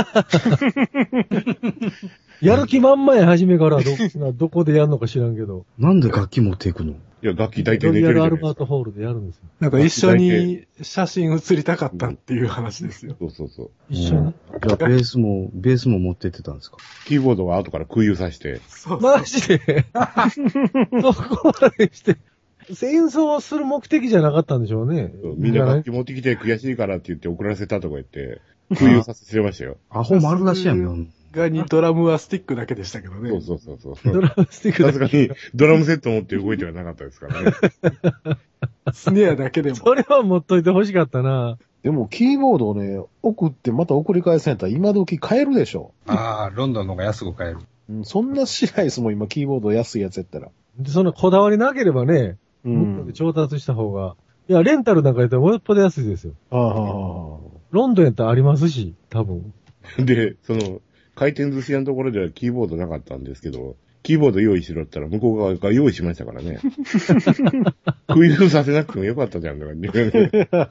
やる気満々や、初めからど、どこでやるのか知らんけど。 なんで楽器持っていくの？ いや、楽器大体できるじゃないですか。ロイヤルアルバートホールでやるんですよ。 なんか一緒に写真写りたかったっていう話ですよ。 そうそうそう。 一緒に。 じゃあベースも、ベースも持ってってたんですか？ キーボードは後から空輸さして。 そうそうマジでそこまでして。演奏する目的じゃなかったんでしょうね。 みんな楽器持ってきて悔しいからって言って送らせたとか言って、空輸させてましたよ。 アホ丸出しやんよ。 がにドラムはスティックだけでしたけどね。 そうそうそうそう。 ドラムスティックだけ。 さすがにドラムセット持って動いてはなかったですからね。 スネアだけでも。 それは持っといて欲しかったな。 でもキーボードをね、送ってまた送り返せんやったら今時買えるでしょ。 ああ、ロンドンの方が安く買える。 うん、そんなしないですもん、今キーボード安いやつやったら。 で、そんなこだわりなければね、うん。向こうで調達した方が。いや、レンタルなんかやったらもうよっぽど安いですよ。ああ、ロンドンやったらありますし、多分。 で、その、回転寿司屋のところではキーボードなかったんですけど、キーボード用意しろって言ったら向こう側が用意しましたからね。空輸させなくてもよかったじゃんとか、ね。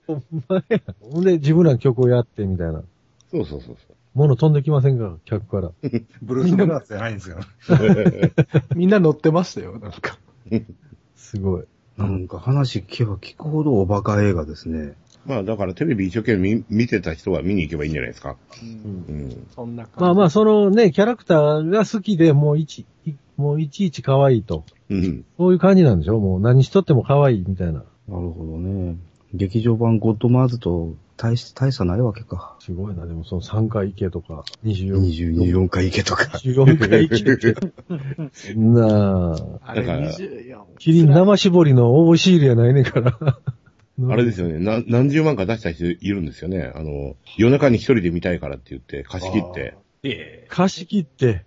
ほんまや。ほんで、自分らの曲をやってみたいな。 そうそうそうそう。 物飛んできませんか、客から。 ブルース・ブラザーズじゃないんですよ。 みんな乗ってましたよ、なんか。 すごい。 なんか話聞けば聞くほどおバカ映画ですね。 まあだからテレビ一生懸命見見てた人は見に行けばいいんじゃないですか。 うん。 うん。 そんな感じ。 まあまあ、そのね、キャラクターが好きで、もういち、いもういちいち可愛いと。 うん。 そういう感じなんでしょ？もう何しとっても可愛いみたいな。 なるほどね。劇場版ゴッドマーズと大し、大差ないわけか。 すごいな、でもそのさんかい行けとか、にじゅうよん。 にじゅうよんかい行けとか。 にじゅうよんかい行けって。そんなあれだからにじゅうよん。 キリン生絞りの応募シールやないねんから。 あれですよね。な、何十万か出した人いるんですよね。あの、夜中に一人で見たいからって言って貸し切って。 ええ。 貸し切って。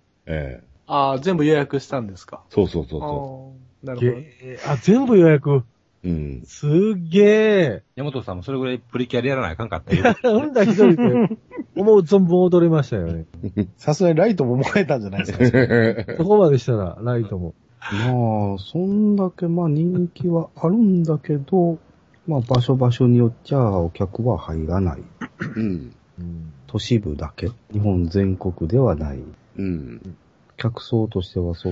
ええ。 ああ、全部予約したんですか。 そうそうそうあそあ、なるほど。 えーあ、全部予約。 う。うん。 すっげえ。 山本さんもそれぐらいプリキュアでやらないかんかったよ。 なんだ一人で、思う存分踊れましたよね。 さすがにライトももらえたんじゃないですか。 そこまでしたら、ライトも。 まあ、そんだけまあ人気はあるんだけど、まあ場所場所によっちゃお客は入らない。 うん。 都市部だけ。日本全国ではない。 うん。 客層としてはそう、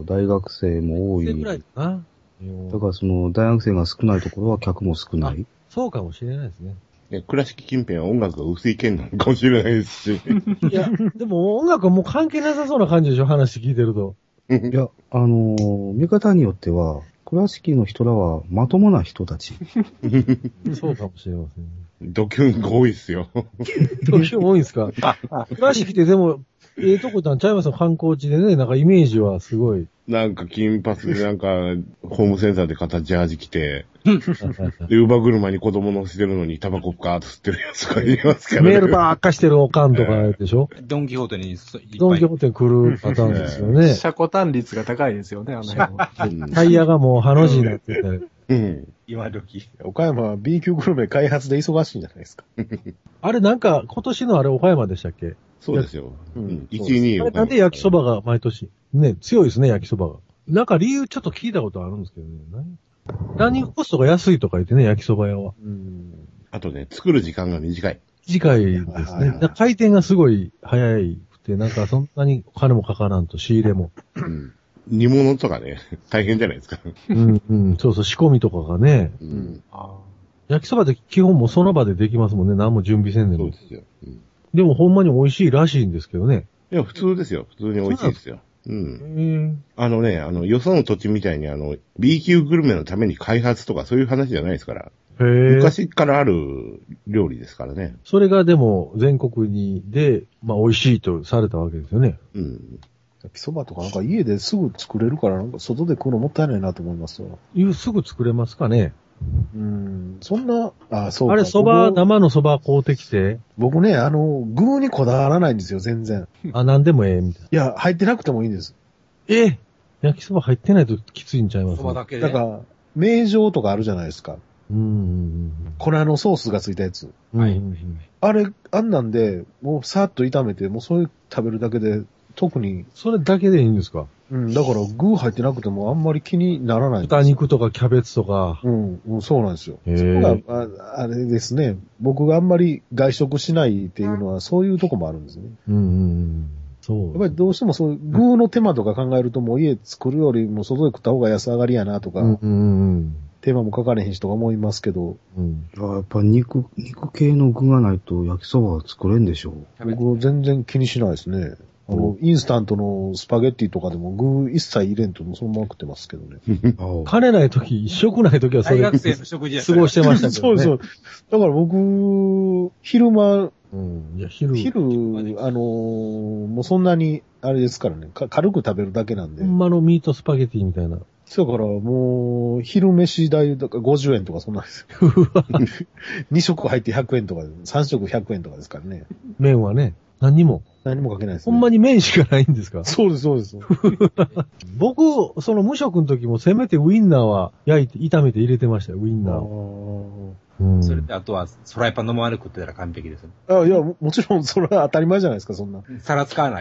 大学生も多い。 ぐらいかな。 だからその大学生が少ないところは客も少ない。 そうかもしれないですね。 ね、倉敷近辺は音楽が薄い県なのかもしれないですし。 いや、でも音楽はもう関係なさそうな感じでしょ、話聞いてると。 いや、あのー見方によっては、倉敷の人らはまともな人たち。 そうかもしれませんね。 ドキュンが多いっすよ。 どういう多いんですか？倉敷ってでも、ええとこなんちゃいますよ、観光地でね。なんかイメージはすごい。 なんか金髪でなんか、ホームセンターで肩ジャージ着て、で、乳母車に子供乗せてるのにタバコガーッと吸ってるやつがいますからね。 メールばっかしてるおかんとかでしょ？ ドンキホーテにいっぱいドンキホーテに来るパターンですよね。 車庫単率が高いですよね、あの辺は。 うんタイヤがもうハの字になってたり。 うん。 今時。 岡山は B 級グルメ開発で忙しいんじゃないですか。 あれなんか、今年のあれ岡山でしたっけ？ そうですよ。 ううんん。いちい、にいあれなんで焼きそばが毎年。ね、強いですね、焼きそばが。なんか理由ちょっと聞いたことあるんですけどね。何ランニングコストが安いとか言ってね、焼きそば屋は。 うん。 あとね、作る時間が短い。 短いですね。 はいはいはいだから回転がすごい早いくて、なんかそんなにお金もかからんと、仕入れも。 うん。煮物とかね、大変じゃないですか。 うんうん、そうそう、仕込みとかがね。 うん。 あ焼きそばって基本もうその場でできますもんね。何も準備せんでもそうで。すよ。うん。 でもほんまに美味しいらしいんですけどね。 いや、普通ですよ。普通に美味しいですよ。うへん。 え。 あのね、あの、よその土地みたいにあの、B 級グルメのために開発とかそういう話じゃないですから。 へえ。 昔からある料理ですからね。 それがでも全国にで、まあ美味しいとされたわけですよね。 うん。 焼きそばとかなんか家ですぐ作れるから、なんか外で食うのもったいないなと思いますわ。 いうすぐ作れますかね。 うん。そんな、あ、そうか。 あれ、蕎麦、 僕生の蕎麦買うてきて、 僕ね、あの、具にこだわらないんですよ、全然。 あ、なんでもええ、みたいな。 いや、入ってなくてもいいんです。 え焼きそば入ってないときついんちゃいますそばだけで。 だから、名状とかあるじゃないですか。 うんうん粉のソースがついたやつ。 うん。 はいうんうんうんあれ、あんなんで、もうさーっと炒めて、もうそういう食べるだけで、特に、 それだけでいいんですか？ うん、だから具入ってなくてもあんまり気にならないんですよ。 豚肉とかキャベツとか。 うん、うん、そうなんですよ。 へそこえ。 があ、あれですね。僕があんまり外食しないっていうのは、そういうとこもあるんですね。 うんうんうん。そう。 やっぱりどうしてもそういう具の手間とか考えると、もう家作るよりも外で食った方が安上がりやなとか、 うんうんうん手間もかかれへんしとか思いますけど、 うん。 あやっぱ肉、肉系の具がないと焼きそばは作れんでしょう。 僕全然気にしないですね。あの、インスタントのスパゲッティとかでも具一切入れんとそのまま食ってますけどね。 あ金ないとき、食ないときはそれ、過大学生の食事やごしてましたけどね。 そうそう。だから僕、昼間、 うん。いや、昼。 昼、あのーもうそんなに、あれですからね、か軽く食べるだけなんでほ。んまのミートスパゲティみたいな。 だからもう、昼飯代だからごじゅうえんとかそんなんですよ。に食入ってひゃくえんとか、さん食ひゃくえんとかですからね。 麺はね、何にも。 何もかけないですね。 ほんまに麺しかないんですか？ そうです、そうです。 僕、その無職の時もせめてウインナーは焼いて、炒めて入れてましたよ、ウインナーを。うん。 それで、あとは、フライパンの周り食ってたら完璧です。 あいやも、もちろんそれは当たり前じゃないですか、そんな。 皿使わない。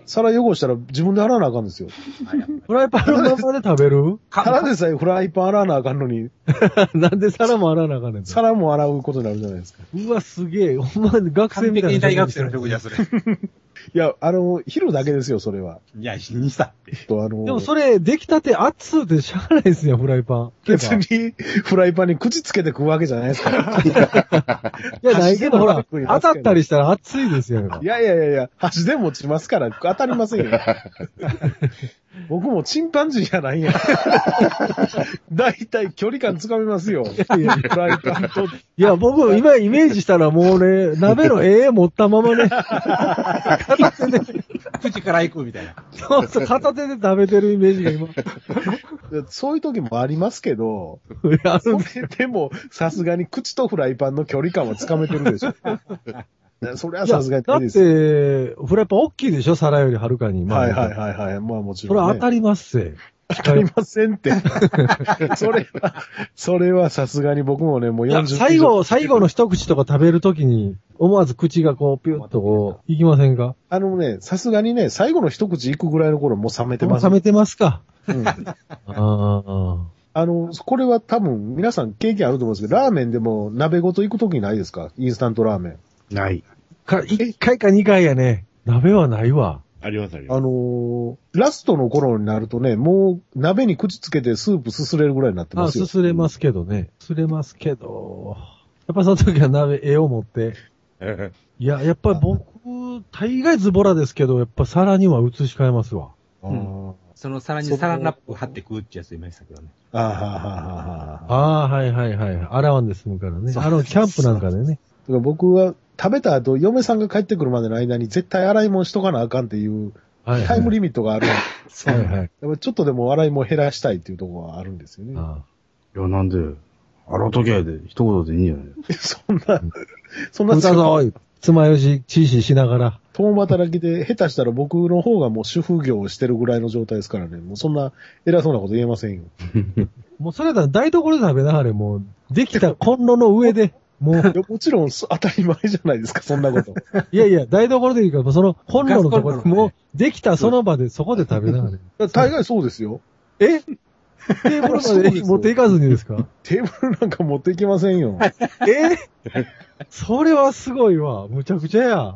皿汚したら自分で洗わなあかんですよ。 フライパンのままで食べるただでさえフライパン洗わなあかんのに。 なんで皿も洗わなあかんねん。 皿も洗うことになるじゃないですか。 うわ、すげえ。ほんまに学生みたいな。 大学生の食事はそれ。 いや、あの、昼だけですよ、それは。 いや、にしたって。 と、あの、 でもそれ、出来たて熱ってしゃあないですよ、フライパン。 別に、フライパンに口つけて食うわけじゃないですから。 いや、ないけど、ほら、当たったりしたら熱いですよ。 いやいやいやいや、箸で持ちますから、当たりませんよ。僕もチンパンジーやないんや。だいたい距離感つかめますよ。いや、フライパンと。 いや、僕、今イメージしたらもうね、鍋の絵持ったままね、片手で、 口から行くみたいな。 そうそう、片手で食べてるイメージが今。 そういう時もありますけど、 いや、 それでも、さすがに口とフライパンの距離感はつかめてるでしょ。それはさすがにだって、フライパン大きいでしょ皿よりはるかに。 まあ、はいはいはいはい。まあもちろん、 ね。それは当たりますせ。 当たりませんって。それは、それはさすがに僕もね、もうよんじゅう最後、最後の一口とか食べるときに、思わず口がこう、ピュッとこう、いきませんか？ あのね、さすがにね、最後の一口いくぐらいの頃もう冷めてます。 冷めてますか。 うん。 ああ。 あの、これは多分皆さん経験あると思うんですけど、ラーメンでも鍋ごと行くときないですか？インスタントラーメン。 ない。 か、一回か二回やね。鍋はないわ。 ありますあります。 あのー、ラストの頃になるとね、もう鍋に口つけてスープすすれるぐらいになってますよ。 あ、すすれますけどね。すすれますけど、やっぱその時は鍋、絵を持って。いや、やっぱり僕、大概ズボラですけど、やっぱ皿には移し替えますわ。 うん、その皿にサランラップ貼って食うってやついましたけどね。 ああ、はあ、はあ、はあ。ああ、はいはいはい。洗わんで済むからね。あの、キャンプなんかでね。 だから僕は食べた後、嫁さんが帰ってくるまでの間に絶対洗い物しとかなあかんっていう、タイムリミットがある。 はいはい。やっぱちょっとでも洗い物減らしたいっていうところがあるんですよね。ああいや、なんで、洗うときやで、一言でいいんじゃないそんな、そんな、 そんな、つまようじ、チーシーしながら。 共働きで、下手したら僕の方がもう主婦業をしてるぐらいの状態ですからね。もうそんな偉そうなこと言えませんよ。 もうそれだったら台所で食べなはれ、もう、できたコンロの上で、もう。 もちろん当たり前じゃないですか、そんなこと。 いやいや、台所でいいから、そのコンロのところで、もう、できたその場でそこで食べなはれ。 大概そうですよ。 えテーブルまで持っていかずにですか？ テーブルなんか持っていきませんよ。 えそれはすごいわ。むちゃくちゃや。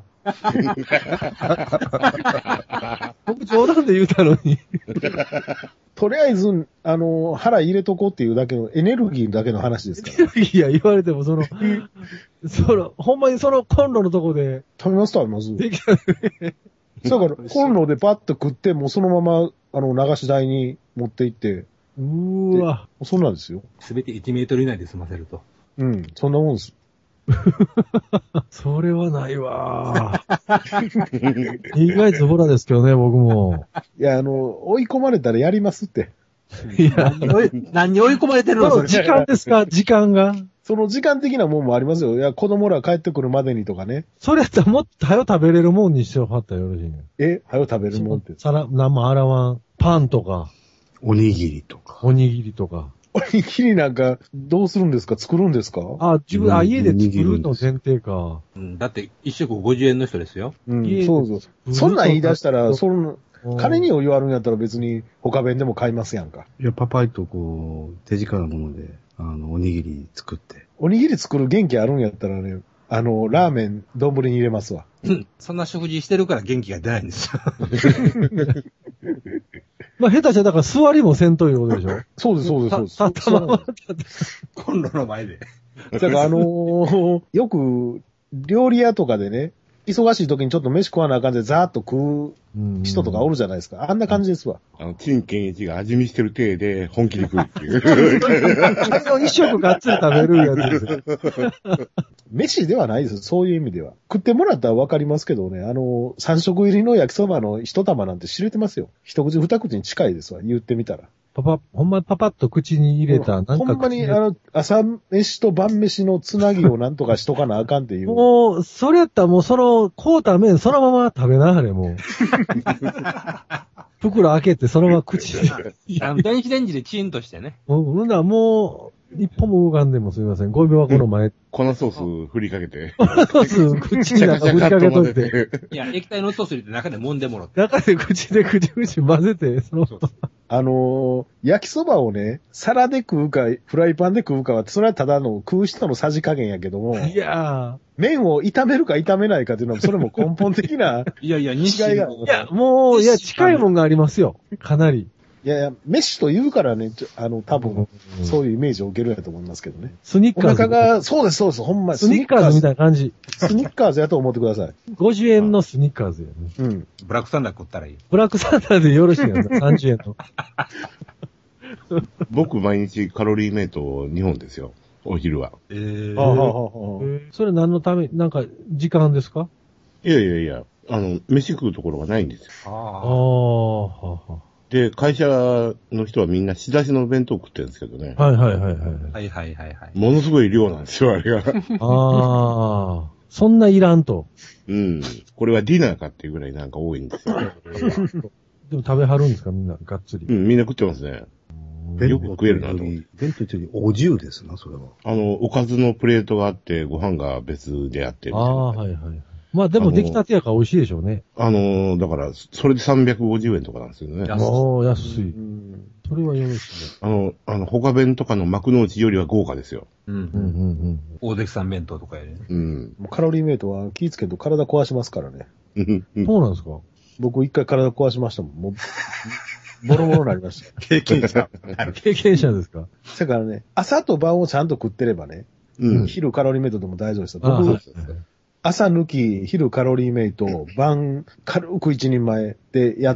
僕冗談で言うたのに。 とりあえず、あの、腹入れとこうっていうだけの、エネルギーだけの話ですから。 エネルギーや言われても、その、その、ほんまにそのコンロのとこで。 食べます食べます。 できたね。 だから、コンロでパッと食って、もうそのまま、あの、流し台に持って行って。 うーわ。 そんなんですよ。 すべていちメートル以内で済ませると。 うん、そんなもんです。 それはないわ。意外ズボラですけどね、僕も。 いや、あの、追い込まれたらやりますって。 いや、何に追い込まれてるの？それ時間ですか？時間が。 その時間的なもんもありますよ。いや、子供ら帰ってくるまでにとかね。 それやったらもっと早食べれるもんにしてはったらよろしいね。 え早食べるもんって。 さら、何も洗わん。パンとか。 おにぎりとか。 おにぎりとか。 おにぎりなんか、どうするんですか？作るんですか？ あ、自分、あ、家で作るの前提か。 うん、だって、一食ごじゅうえんの人ですよ。 うん、そうそう。そんなん言い出したら、そんな、金に余裕あるんやったら別に他弁でも買いますやんか。 いや、パパイとこう、手近なもので、あの、おにぎり作って。 おにぎり作る元気あるんやったらね、あの、ラーメン、丼に入れますわ。 うん。そんな食事してるから元気が出ないんですよ。 まあ、下手したらだから座りもせんということでしょ？ そうです、そうです、そうです。 たったまま。 コンロの前で。 だからあのー、よく、料理屋とかでね、忙しい時にちょっと飯食わなあかんでザーッと食う人とかおるじゃないですか。あんな感じですわ。 あの、陳健一が味見してる体で本気で食うっていう。 一食がっつり食べるやつですよ。 飯ではないです。そういう意味では。食ってもらったらわかりますけどね、あの、三食入りの焼きそばの一玉なんて知れてますよ。一口二口に近いですわ。言ってみたら。 パパ、ほんまパパッと口に入れた、なんか。 ほんまに、あの、朝飯と晩飯のつなぎをなんとかしとかなあかんっていう。 もう、それやったらもうその、こうた麺そのまま食べなはれ、もう。袋開けてそのまま口に。 あの、電子レンジでチンとしてね。 うん、ほんならもう、 一歩も動かんでもすみません。ゴミ箱の前。 粉ソース振りかけて。 粉ソース、口になんか振りかけといて。 いや、液体のソース入れて中で揉んでもろって。 中で口で口々混ぜて、その、そうそうあのー、焼きそばをね、皿で食うか、フライパンで食うかは、それはただの食う人のさじ加減やけども。 いやー。麺を炒めるか炒めないかっていうのは、それも根本的な。 いやいや、違いが。 いや、もう、いや、近いもんがありますよ。かなり。 いやいや、飯と言うからね、あの、多分、そういうイメージを受けるやと思いますけどね。 スニッカーズ。 お腹が、そうです、そうです、ほんまスニッカーズみたいな感じ。 スニッカーズやと思ってください。 ごじゅうえんのスニッカーズやね。 うん。 ブラックサンダー食ったらいい。 ブラックサンダーでよろしいやん。さんじゅうえんの。 僕毎日カロリーメイトにほんですよ。お昼は。 えー。 ああ、はあ、はあ。それ何のため、なんか、時間ですか？ いやいやいや、あの、飯食うところがないんですよ。 ああ。ああ、はあ。 で、会社の人はみんな仕出しの弁当食ってるんですけどね。 はいはいはいはい。 はいはいはいはい。 ものすごい量なんですよ、あれが。 ああ。そんないらんと。 うん。これはディナーかっていうぐらいなんか多いんですよ。 でも食べはるんですか、みんな、がっつり。 うん、みんな食ってますね。よく食えるなと。 弁当よりお重ですな、それは。 あの、おかずのプレートがあって、ご飯が別であってみたいな。 ああ、はいはい。まあでも出来たてやから美味しいでしょうね。 あの、だから、それでさんびゃくごじゅうえんとかなんですよね。 ああ、安い。それはよろしいね。 あの、あの、他弁とかの幕の内よりは豪華ですよ。 うん。うんうんうん。 大関さん弁当とかやね。 うん。 カロリーメイトは気ぃつけんと体壊しますからね。 そうなんですか？ 僕一回体壊しましたもん。もうボロボロになりました。 経験者。 経験者ですか？ だからね、朝と晩をちゃんと食ってればね、 うん、 昼カロリーメイトでも大丈夫ですよ。 僕、はい、 朝抜き、昼カロリーメイト、晩軽く一人前でやって、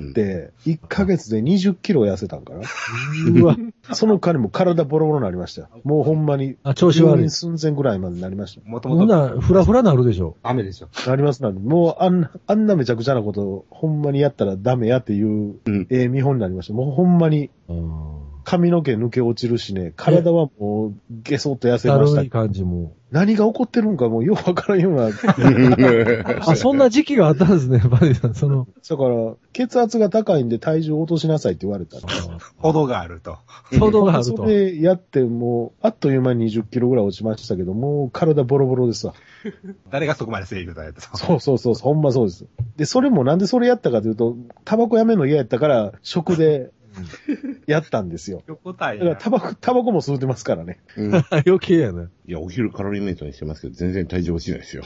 うん、いっかげつでにじゅっキロ痩せたんかな。うわ。その間にも体ボロボロになりましたよ。もうほんまに。 あ、調子悪い。 寸前ぐらいまでなりました。 もともと。 ほんな、フラフラなるでしょ。 雨でしょ。 なりますなる。もうあんな、あんなめちゃくちゃなことをほんまにやったらダメやっていう、うん、ええ見本になりました。もうほんまに。髪の毛抜け落ちるしね、体はもうゲソッと痩せました。 軽い感じも。 何が起こってるんかもうよくわからんような。 あ、そんな時期があったんですね、バディさん。その。 だから、血圧が高いんで体重を落としなさいって言われたら。 ほどがあると。 ほどがあると。 それやってもう、あっという間ににじゅっキロぐらい落ちましたけど、もう体ボロボロですわ。 誰がそこまで制御されたの？ そうそうそう、ほんまそうです。で、それもなんでそれやったかというと、タバコやめるの嫌やったから、食で、やったんですよ。 横体だからタバコ、タバコも吸うてますからね。 うん、余計やな。いや、お昼カロリーメイトにしてますけど、全然体重落ちないですよ。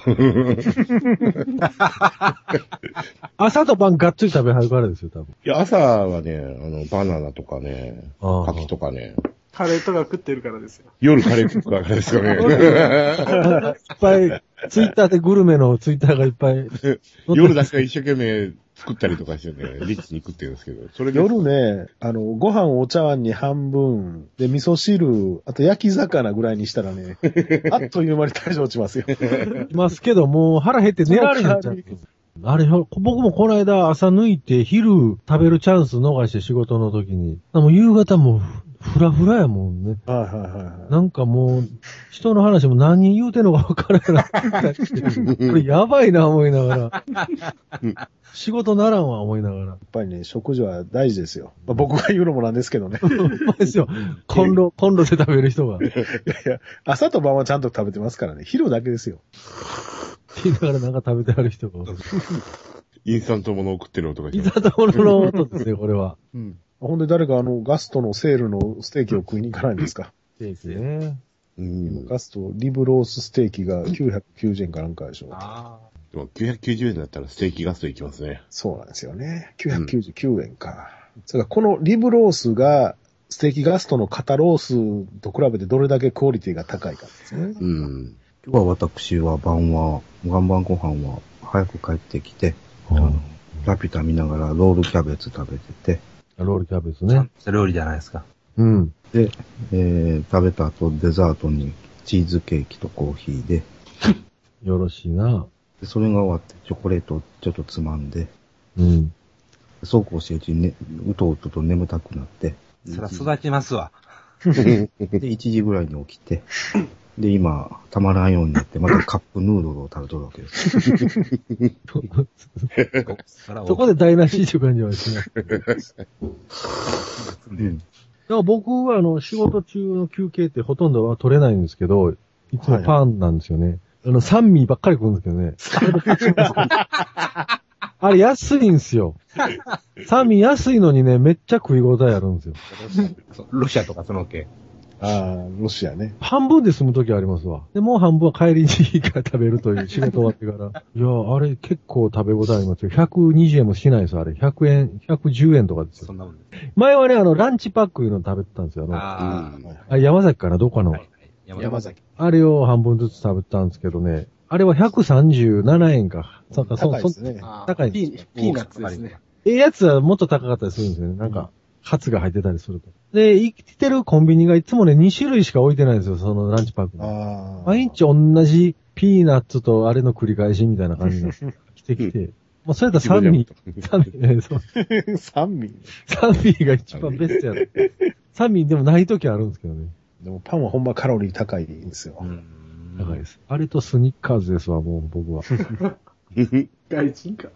朝と晩がっつり食べはるからですよ、多分。 いや、朝はね、あの、バナナとかね、柿とかね。 カレーとか食ってるからですよ。 夜カレー食うからですかね。 いっぱい、ツイッターでグルメのツイッターがいっぱい。 夜だけ一生懸命作ったりとかしてね、リッチに食ってるんですけど。それ夜ね、あの、ご飯お茶碗に半分、で、味噌汁、あと焼き魚ぐらいにしたらね、あっという間に体重落ちますよ。 いますけど、もう腹減って寝られへんちゃう。あれ、僕もこの間朝抜いて昼食べるチャンス逃して仕事の時に、もう夕方もフラフラやもんね。 はいはいはい。 なんかもう、人の話も何言うてんのかわからない。これやばいな思いながら。仕事ならんわ思いながら。やっぱりね、食事は大事ですよ。まあ、僕が言うのもなんですけどね。 ほんまですよ。コンロ、コンロで食べる人が。いやいや、朝と晩はちゃんと食べてますからね。昼だけですよ。 言いながらなんか食べてある人が。 インスタントものを食ってる音が。 インスタントものの音ですね、これは。 うん。ほんで誰かあの、ガストのセールのステーキを食いに行かないんですか？ ステーキね。 うん。ガスト、リブロースステーキがきゅうひゃくきゅうじゅうえんかなんかでしょ。ああ。でもきゅうひゃくきゅうじゅうえんだったらステーキガスト行きますね。 そうなんですよね。きゅうひゃくきゅうじゅうきゅうえんか。うん、それからこのリブロースが、ステーキガストの肩ロースと比べてどれだけクオリティが高いかですね。 うん。 今日は私は晩は、晩晩ご飯は早く帰ってきて、うん、あのラピュタ見ながらロールキャベツ食べてて。 ロールキャベツね。 料理じゃないですか。 うん。 で、えー、食べた後デザートにチーズケーキとコーヒーで。 よろしいな。 でそれが終わってチョコレートをちょっとつまんで。 うん。 そうこうしてるうちにね、うとうとと眠たくなって。 そら育ちますわ。 で、いちじぐらいに起きて。で、今、たまらんようになって、またカップヌードルを食べとるわけです。 そこで台無しっていう感じはします。 うん。 から僕はあの、仕事中の休憩ってほとんどは取れないんですけど、いつもパンなんですよね。はい、あの、三味ばっかり食うんですけどね。あれ安いんですよ。三味安いのにね、めっちゃ食い応えあるんですよ。 ロシアとかその系。 ああ、ロシアね。 半分で済むときありますわ。で、もう半分は帰りにから食べるという仕事終わってから。いや、あれ結構食べ応えありますよ。ひゃくにじゅうえんもしないですよ、あれ。ひゃくえん、ひゃくじゅうえんとかですよ。 そんなもんです。 前はね、あの、ランチパックいうの食べてたんですよ。ああ、山崎かな、どこかの。はいはい、山崎。 あれを半分ずつ食べてたんですけどね。あれはひゃくさんじゅうななえんか。 そうか、そうですね。 高いです。 ピーナッツですね。 ええやつはもっと高かったりするんですよね。なんか、カツが入ってたりすると。で、生きてるコンビニがいつもね、に種類しか置いてないんですよ、そのランチパックに。あ毎日同じピーナッツとあれの繰り返しみたいな感じがしてきて。もうそれやったら三味。三味、えそう。 三味三味が一番ベストやる。三味でもない時あるんですけどね。 でもパンはほんまカロリー高いんですよ。うん、 高いです。あれとスニッカーズですわ、もう僕は。 外人か。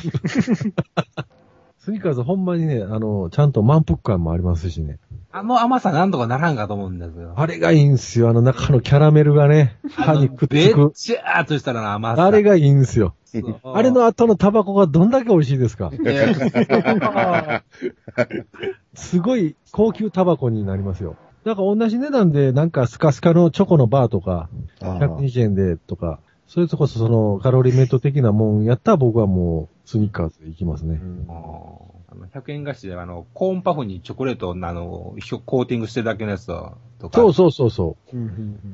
スニッカーズほんまにね、あの、ちゃんと満腹感もありますしね。 あの甘さなんとかならんかと思うんですよ。 あれがいいんすよ。あの中のキャラメルがね、歯にくっつく。べっちゃーっとしたら甘さ。 あれがいいんすよ。あれの後のタバコがどんだけ美味しいですか。すごい高級タバコになりますよ。だから同じ値段でなんかスカスカのチョコのバーとか、ひゃくにじゅうえんでとか、それこそそのカロリーメイト的なもんやったら僕はもうスニッカーズで行きますね。うんあのひゃくえん菓子であの、コーンパフにチョコレートをあの、コーティングしてるだけのやつとか。 そうそうそうそう。うんうんうん、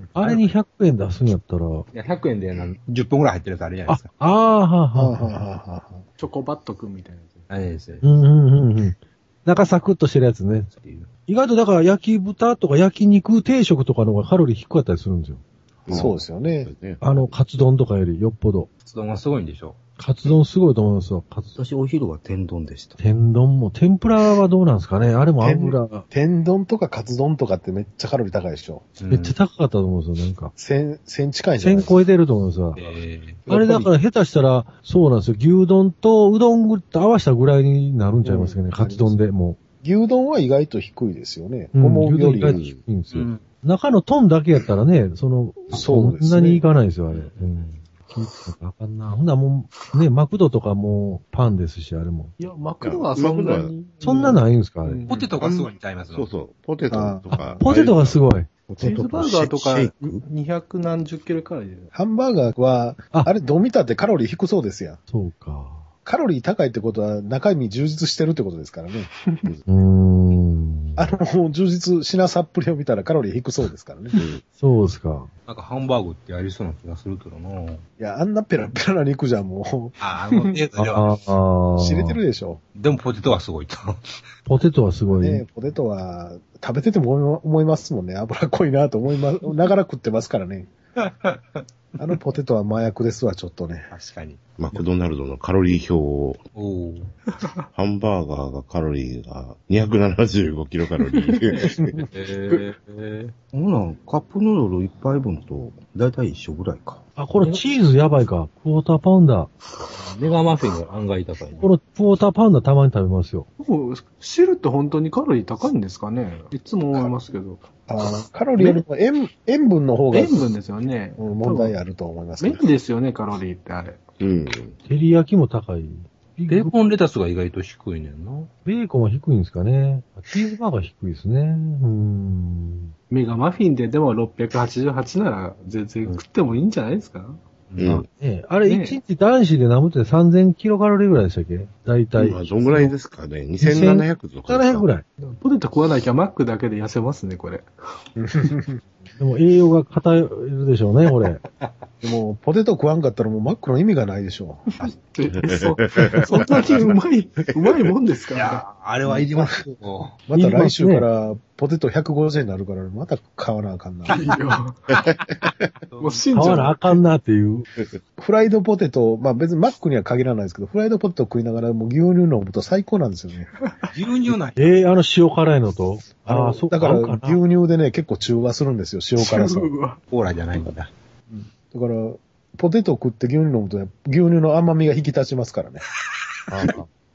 あれにひゃくえん出すんやったら。いや、ひゃくえんでじゅっぽんぐらい入ってるやつあるじゃないですか。 あ、ああ、はあ、はあ、はあ。 チョコバットくんみたいなやつ。 あれですよ。 うんうんうんうん。中サクッとしてるやつね。意外とだから焼き豚とか焼肉定食とかの方がカロリー低かったりするんですよ。 そうですよね。 あの、カツ丼とかよりよっぽど。 カツ丼がすごいんでしょ。 カツ丼すごいと思いますよ。カツ私お昼は天丼でした。 天丼も、天ぷらはどうなんですかねあれも油が。 天丼とかカツ丼とかってめっちゃカロリー高いでしょ。 めっちゃ高かったと思うんですよ、なんか。 千、千近いんじゃないですか。千超えてると思うんですよ。えー、あれだから下手したら、そうなんですよ。牛丼とうどんと合わせたぐらいになるんちゃいますかね、うん、カツ丼でもう。牛丼は意外と低いですよね。 うん、牛丼意外と低いんですよ。うん、中のトンだけやったらね、その、そんなにいかないですよ、あれ。うんあかんな。ほんなもう、ね、マクドとかもパンですし、あれも。 いや、マクドはそんなに。 そんなないんですか、あれ。 ポテトがすごいみたいますそうそう。ポテトとか。 ポテトがすごい。 チーズバーガーとか、にひゃくなんじゅっキロカロリー。 ハンバーガーは、あ, あれ、どう見たってカロリー低そうですやん。 そうか。 カロリー高いってことは、中身充実してるってことですからね。 うーん。 あの、充実しなさっぷりを見たらカロリー低そうですからね。 そうですか。 なんかハンバーグってやりそうな気がするけどな。いや、あんなペラペラな肉じゃん、もう。あ、あの程度では。 知れてるでしょ。 でもポテトはすごいと。 ポテトはすごい。 ね、ポテトは食べてても思いますもんね。脂っこいなと思いま、ながら食ってますからね。あのポテトは麻薬ですわ、ちょっとね。 確かに。 マクドナルドのカロリー表を、ハンバーガーがカロリーがにひゃくななじゅうごキロカロリー。 えー、ほな、カップヌードルいっぱいぶんと、だいたい一緒ぐらいか。 あ、これチーズやばいか。クォーターパウンダー。 メガマフィンが案外高い、ね。 これ、クォーターパウンダーたまに食べますよ。 汁って本当にカロリー高いんですかねいつも思いますけど。 あカロリーよりも塩塩分の方が。 塩分ですよね。 問題あると思いますね。麺ですよね、カロリーってあれ。 うん。 照り焼きも高い。 ベーコンレタスが意外と低いねんな。 ベーコンは低いんですかね。チーズバーガー低いですね。うーん。 メガマフィンででもろっぴゃくはちじゅうはちなら全然食ってもいいんじゃないですか、 うん。 あ, ね、あれ、いちにち男子で飲むってさんぜんキロカロリーぐらいでしたっけ大体。 まあ、どんぐらいですかね。にせんななひゃくとか。 ななひゃくぐらい。 ポテト食わなきゃマックだけで痩せますね、これ。 でも栄養が偏るでしょうね、これ。 でも、ポテト食わんかったらもうマックの意味がないでしょう。 そ, そんなにうまい、うまいもんですかいや、あれはいりますよ。 また来週からポテトひゃくごじゅうえんになるから、また買わなあかんな。いいよ。 もう信じ買わなあかんなっていう。 フライドポテト、まあ別にマックには限らないですけど、フライドポテト食いながらもう牛乳飲むと最高なんですよね。 牛乳ない。 ええー、あの塩辛いのとああ、そうだから牛乳でね、結構中和するんですよ、塩辛さ。 コーラじゃないんだ。だから、ポテト食って牛乳飲むと、牛乳の甘みが引き立ちますからね。 ああ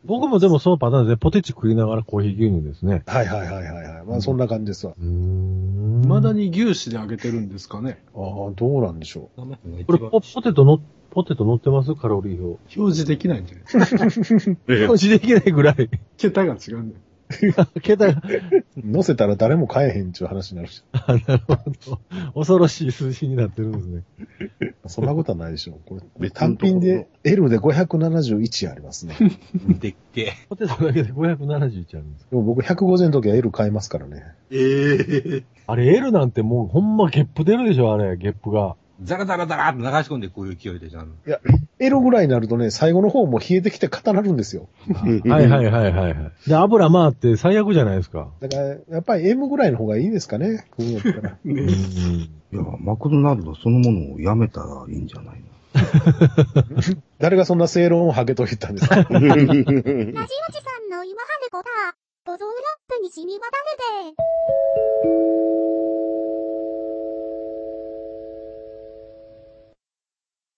僕もでもそのパターンでポテチ食いながらコーヒー牛乳ですね。 はいはいはいはいはい。まあそんな感じですわ。 うーん。 未だに牛脂で揚げてるんですかね。 ああ、どうなんでしょう。 これポ、ポテトの、ポテト乗ってますカロリー表。 表示できないんじゃないですか。 表示できないぐらい。 桁が違うんだよ。 桁が、 乗せたら誰も買えへんっていう話になるし。 あ、なるほど。恐ろしい数字になってるんですね。 そんなことはないでしょう。これ、単品で L でごひゃくななじゅういちありますね。 でっけポテトだけでごひゃくななじゅういちあるんです。 でも僕ひゃくごじゅうの時は L 買いますからね。 え。ええ。 あれ L なんてもうほんまゲップ出るでしょ、あれ、ゲップが。 ザラザラザラって流し込んでこういう勢いでじゃん。 いや、L ぐらいになるとね、最後の方も冷えてきて固なるんですよ。 はいはいはいはいはい。で、油回って最悪じゃないですか。 だから、やっぱり M ぐらいの方がいいですかね。食うんやったら。 うん。 いや、マクドナルドそのものをやめたらいいんじゃないの？ 誰がそんな正論をハゲと言ったんですか？ ラジオジさんの今はねこだ、ボゾーラップに染み渡るで。